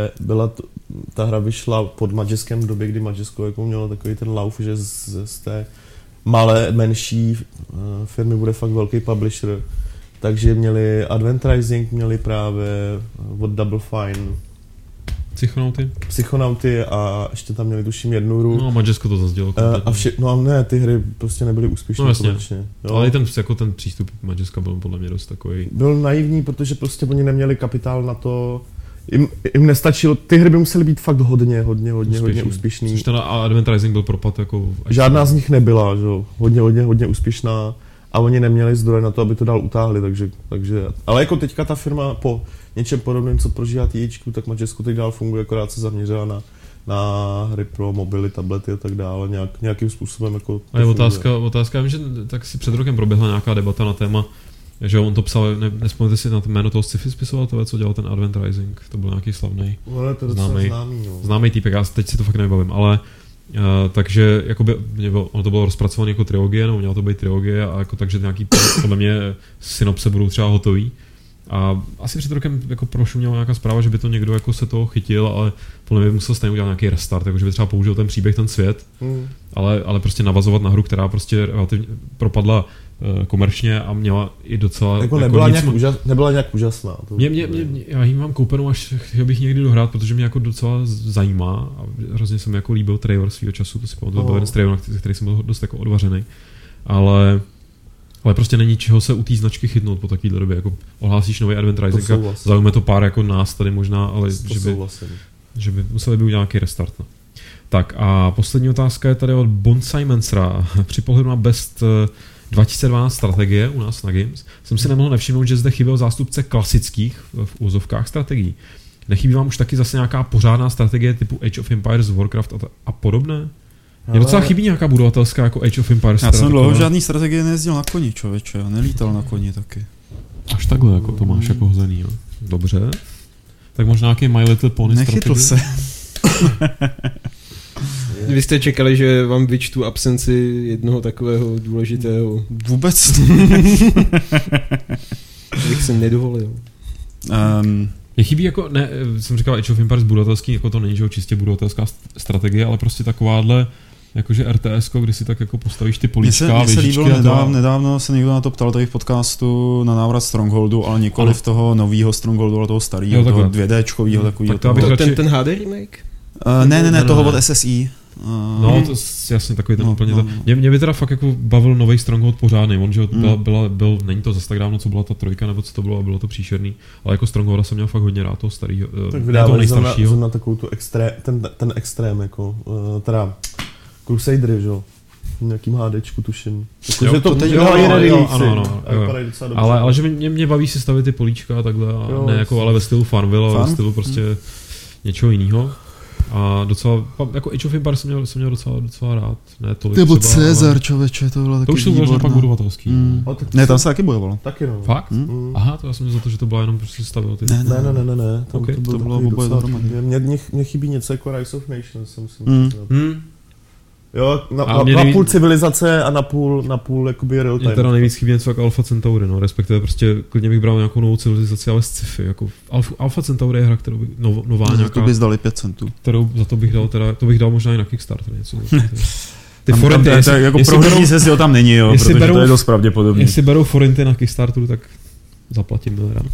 ta hra vyšla pod Majeskem v době, kdy Majesko jako mělo takový ten lauf, že z té malé, menší firmy bude fakt velký publisher, takže měli Advent Rising, měli právě od Double Fine Psychonauty a ještě tam měli tuším jednu hru. No, Majesko to zase dělalo. No ne, ty hry prostě nebyly úspěšné. No jasně, ale i ten přístup Majeska byl podle mě dost takový. Byl naivní, protože prostě oni neměli kapitál na to, jim nestačilo, ty hry by musely být fakt hodně úspěšný. Což ten Advent Rising byl propad jako... Žádná z nich nebyla, že? Hodně úspěšná a oni neměli zdroje na to, aby to dál utáhli, takže ale jako teďka ta firma po něčem podobném, co prožívá THQ, tak Majesco teď dál funguje, akorát se zaměřila na hry pro mobily, tablety a tak dále, nějakým způsobem jako... A je otázka, vím, že tak si před rokem proběhla nějaká debata na téma, že on to psal, nespomněte si na jméno toho sci-fi spisovatele, co dělal ten Advent Rising, to byl nějaký slavný, známý týpek, já teď si to fakt nebavím, ale takže jakoby, ono to bylo rozpracované jako trilogie, nebo měla to být trilogie a jako takže nějaký podle mě synopse budou třeba hotový. A asi před rokem jako prošuměla nějaká zpráva, že by to někdo jako se toho chytil, ale podle mě by musel stejně udělat nějaký restart, takže by třeba použil ten příběh, ten svět, ale prostě navazovat na hru, která prostě relativně propadla komerčně a měla i docela... Jako nebyla nějak úžasná. Já ji mám koupenou, až chtěl bych někdy dohrát, protože mě jako docela zajímá a hrozně se mi jako líbil trailer svýho času, to si pamatuju, byl jeden z trailerů, který jsem byl dost jako odvařený, ale prostě není čeho se u té značky chytnout po takové době, jako ohlásíš nový Advent Rising a zaujme to pár jako nás tady možná, ale že by museli by udělat nějaký restart. No. Tak a poslední otázka je tady od Bonsai Mensra. Při pohledu na Best 2012 strategie u nás na Games jsem si nemohl nevšimnout, že zde chyběl zástupce klasických v úzovkách strategií. Nechybí vám už taky zase nějaká pořádná strategie typu Age of Empires, Warcraft a podobné? Mně docela chybí nějaká budovatelská jako Age of Empires. Já jsem dlouho žádný strategie nejezdil na koni, člověče, a nelítal na koni taky. Až takhle, jako to máš jako hozený, jo. Dobře. Tak možná nějaký My Little Pony Nechytl strategie? se. Vy jste čekali, že vám vyčtu absenci jednoho takového důležitého... Vůbec. Bych jsem nedovolil. Mě chybí jako, ne, jsem říkal Age of Empires budovatelský, jako to není, že čistě budovatelská strategie, ale prostě takováhle jakože RTS-ko, kdy si tak jako postavíš ty políčka, Mně se líbilo, nedávno se někdo na to ptal tady v podcastu na návrat Strongholdu, ale nikoli v toho novýho Strongholdu, ale toho starého, toho 2Dčkovýho takovýho. Ten HD remake? Ne, toho od SSI. No, to jasně takový ten úplně. Mě by teda fakt jako bavil nový Stronghold pořádný. On, že byl, není to zase tak dávno, co byla ta trojka, nebo co to bylo, a bylo to příšerný. Ale jako Strongholda jsem měl fakt hodně rád, toho starého, toho nejstaršího. Na takovou tu ten extrém, jako, teda Crusadery, že jo. Nějakým HDčku tuším. Jako, to teď ale že mě baví si stavit ty políčka a takhle, a ne jako ale ve stylu Farmville, ale ve stylu prostě něčeho jiného. A docela, jako Age of Empires jsem měl docela rád. Ne tolik nebo Cezar, člověče, to bylo taky to už to bylo pak budovatelský. Ne, tam se taky bojovalo. Taky no. Fakt? Aha, to já jsem měl za to, že to bylo jenom prostě stavilo ty. Ne. Tam okay. to bylo oboje dohromady. Mně chybí něco jako Rise of Nations, jsem si Jo, na půl civilizace a na půl jakoby real time. Je teda nejvíc chybí něco jako Alpha Centauri, no, respektive prostě klidně bych bral nějakou novou civilizaci, ale sci-fi, jako Alpha Centauri je hra, kterou bych, nová no, nějaká. To bys dali 5 centů. Kterou za to bych dal teda, to bych dal možná i na Kickstarter něco. Ty forinty, jako prohlíží se, jo, tam není, jo, protože to je dost pravděpodobný. Jestli berou forinty na Kickstarteru, tak zaplatím miliard.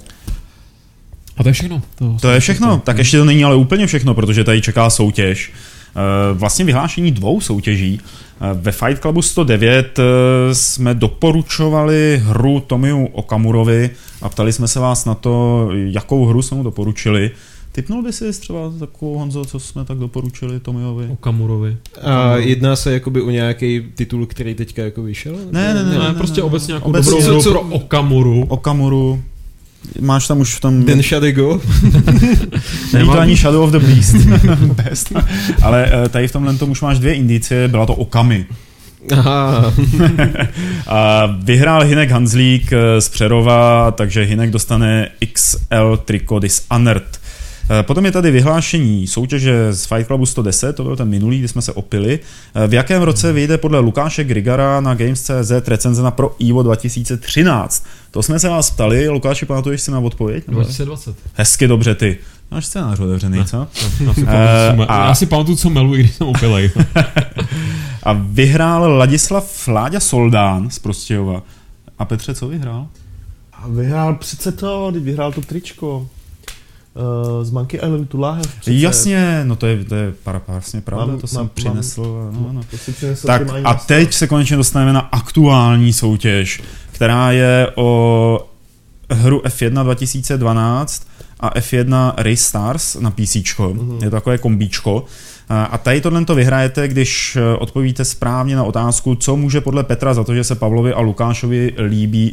A to je všechno. To je všechno, tak ještě to není ale úplně všechno, protože tady čeká soutěž. Vlastně vyhlášení 2 soutěží. Ve Fight Clubu 109 jsme doporučovali hru Tomiu Okamurovi a ptali jsme se vás na to, jakou hru jsme mu doporučili. Tipnul by si třeba takovou, Honzo, co jsme tak doporučili Tomiovi? Okamurovi. A jedná se jakoby o nějaký titul, který teďka jako vyšel? Ne, prostě obecně nějakou dobrou hru pro Okamuru. Máš tam už v tom... Den Shadigo? Není to ani Shadow of the Beast. Best. Ale tady v tomhle tomu už máš 2 indicie, byla to Okami. Aha. A vyhrál Hinek Hanzlík z Přerova, takže Hinek dostane XL triko Dishonored. Potom je tady vyhlášení soutěže z Fight Clubu 110, to byl ten minulý, kdy jsme se opili. V jakém roce vyjde podle Lukáše Grigara na Games.cz recenze na Pro Evo 2013? To jsme se vás ptali, Lukáši, pamatuješ si na odpověď? 2020. Hezky, dobře, ty. Máš scénář otevřený, co? Já si pamatuju, co melu, i když jsem opilej. A vyhrál Ladislav Láďa Soldán z Prostějova. A Petře, co vyhrál? A vyhrál přece to, vyhrál to tričko. Z Monkey Island tu láhev. Jasně, no to je vlastně pravda, to jsem přinesl. No. To si přinesl tak a teď se konečně dostaneme na aktuální soutěž, která je o hru F1 2012 a F1 Race Stars na PC. Je to takové kombíčko. A tady tohle to vyhrajete, když odpovíte správně na otázku, co může podle Petra za to, že se Pavlovi a Lukášovi líbí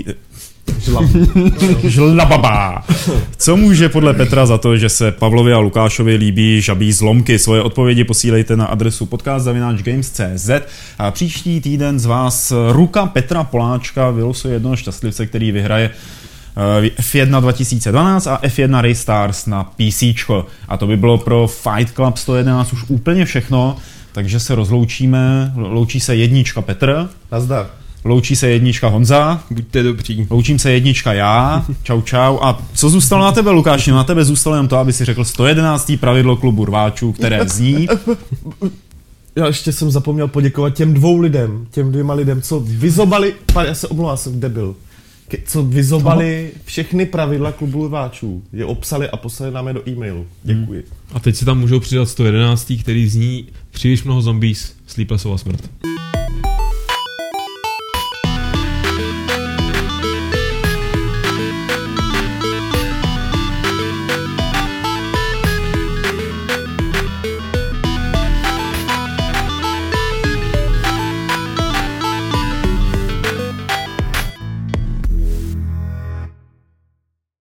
žlababá. Co může podle Petra za to, že se Pavlovi a Lukášovi líbí žabí zlomky? Svoje odpovědi posílejte na adresu podcast@games.cz a příští týden z vás ruka Petra Poláčka vylosuje jednoho šťastlivce, který vyhraje F1 2012 a F1 Race Stars na PC. A to by bylo pro Fight Club 111 už úplně všechno, takže se rozloučíme. Loučí se jednička Petr. Nazdar. Loučí se jednička Honza. Buďte dobří. Loučím se jednička já. Čau. A co zůstalo na tebe, Lukáši? Na tebe zůstalo jenom to, aby si řekl 111. pravidlo klubu rváčů, které zní... Já ještě jsem zapomněl poděkovat těm 2 lidem, co vyzobali... Já se omlouvám, jsem debil. Co vyzobali všechny pravidla klubu rváčů. Je obsali a poslali nám je do e-mailu. Děkuji. A teď si tam můžou přidat 111, který zní příliš mnoho zombies, Sleeplessova smrt.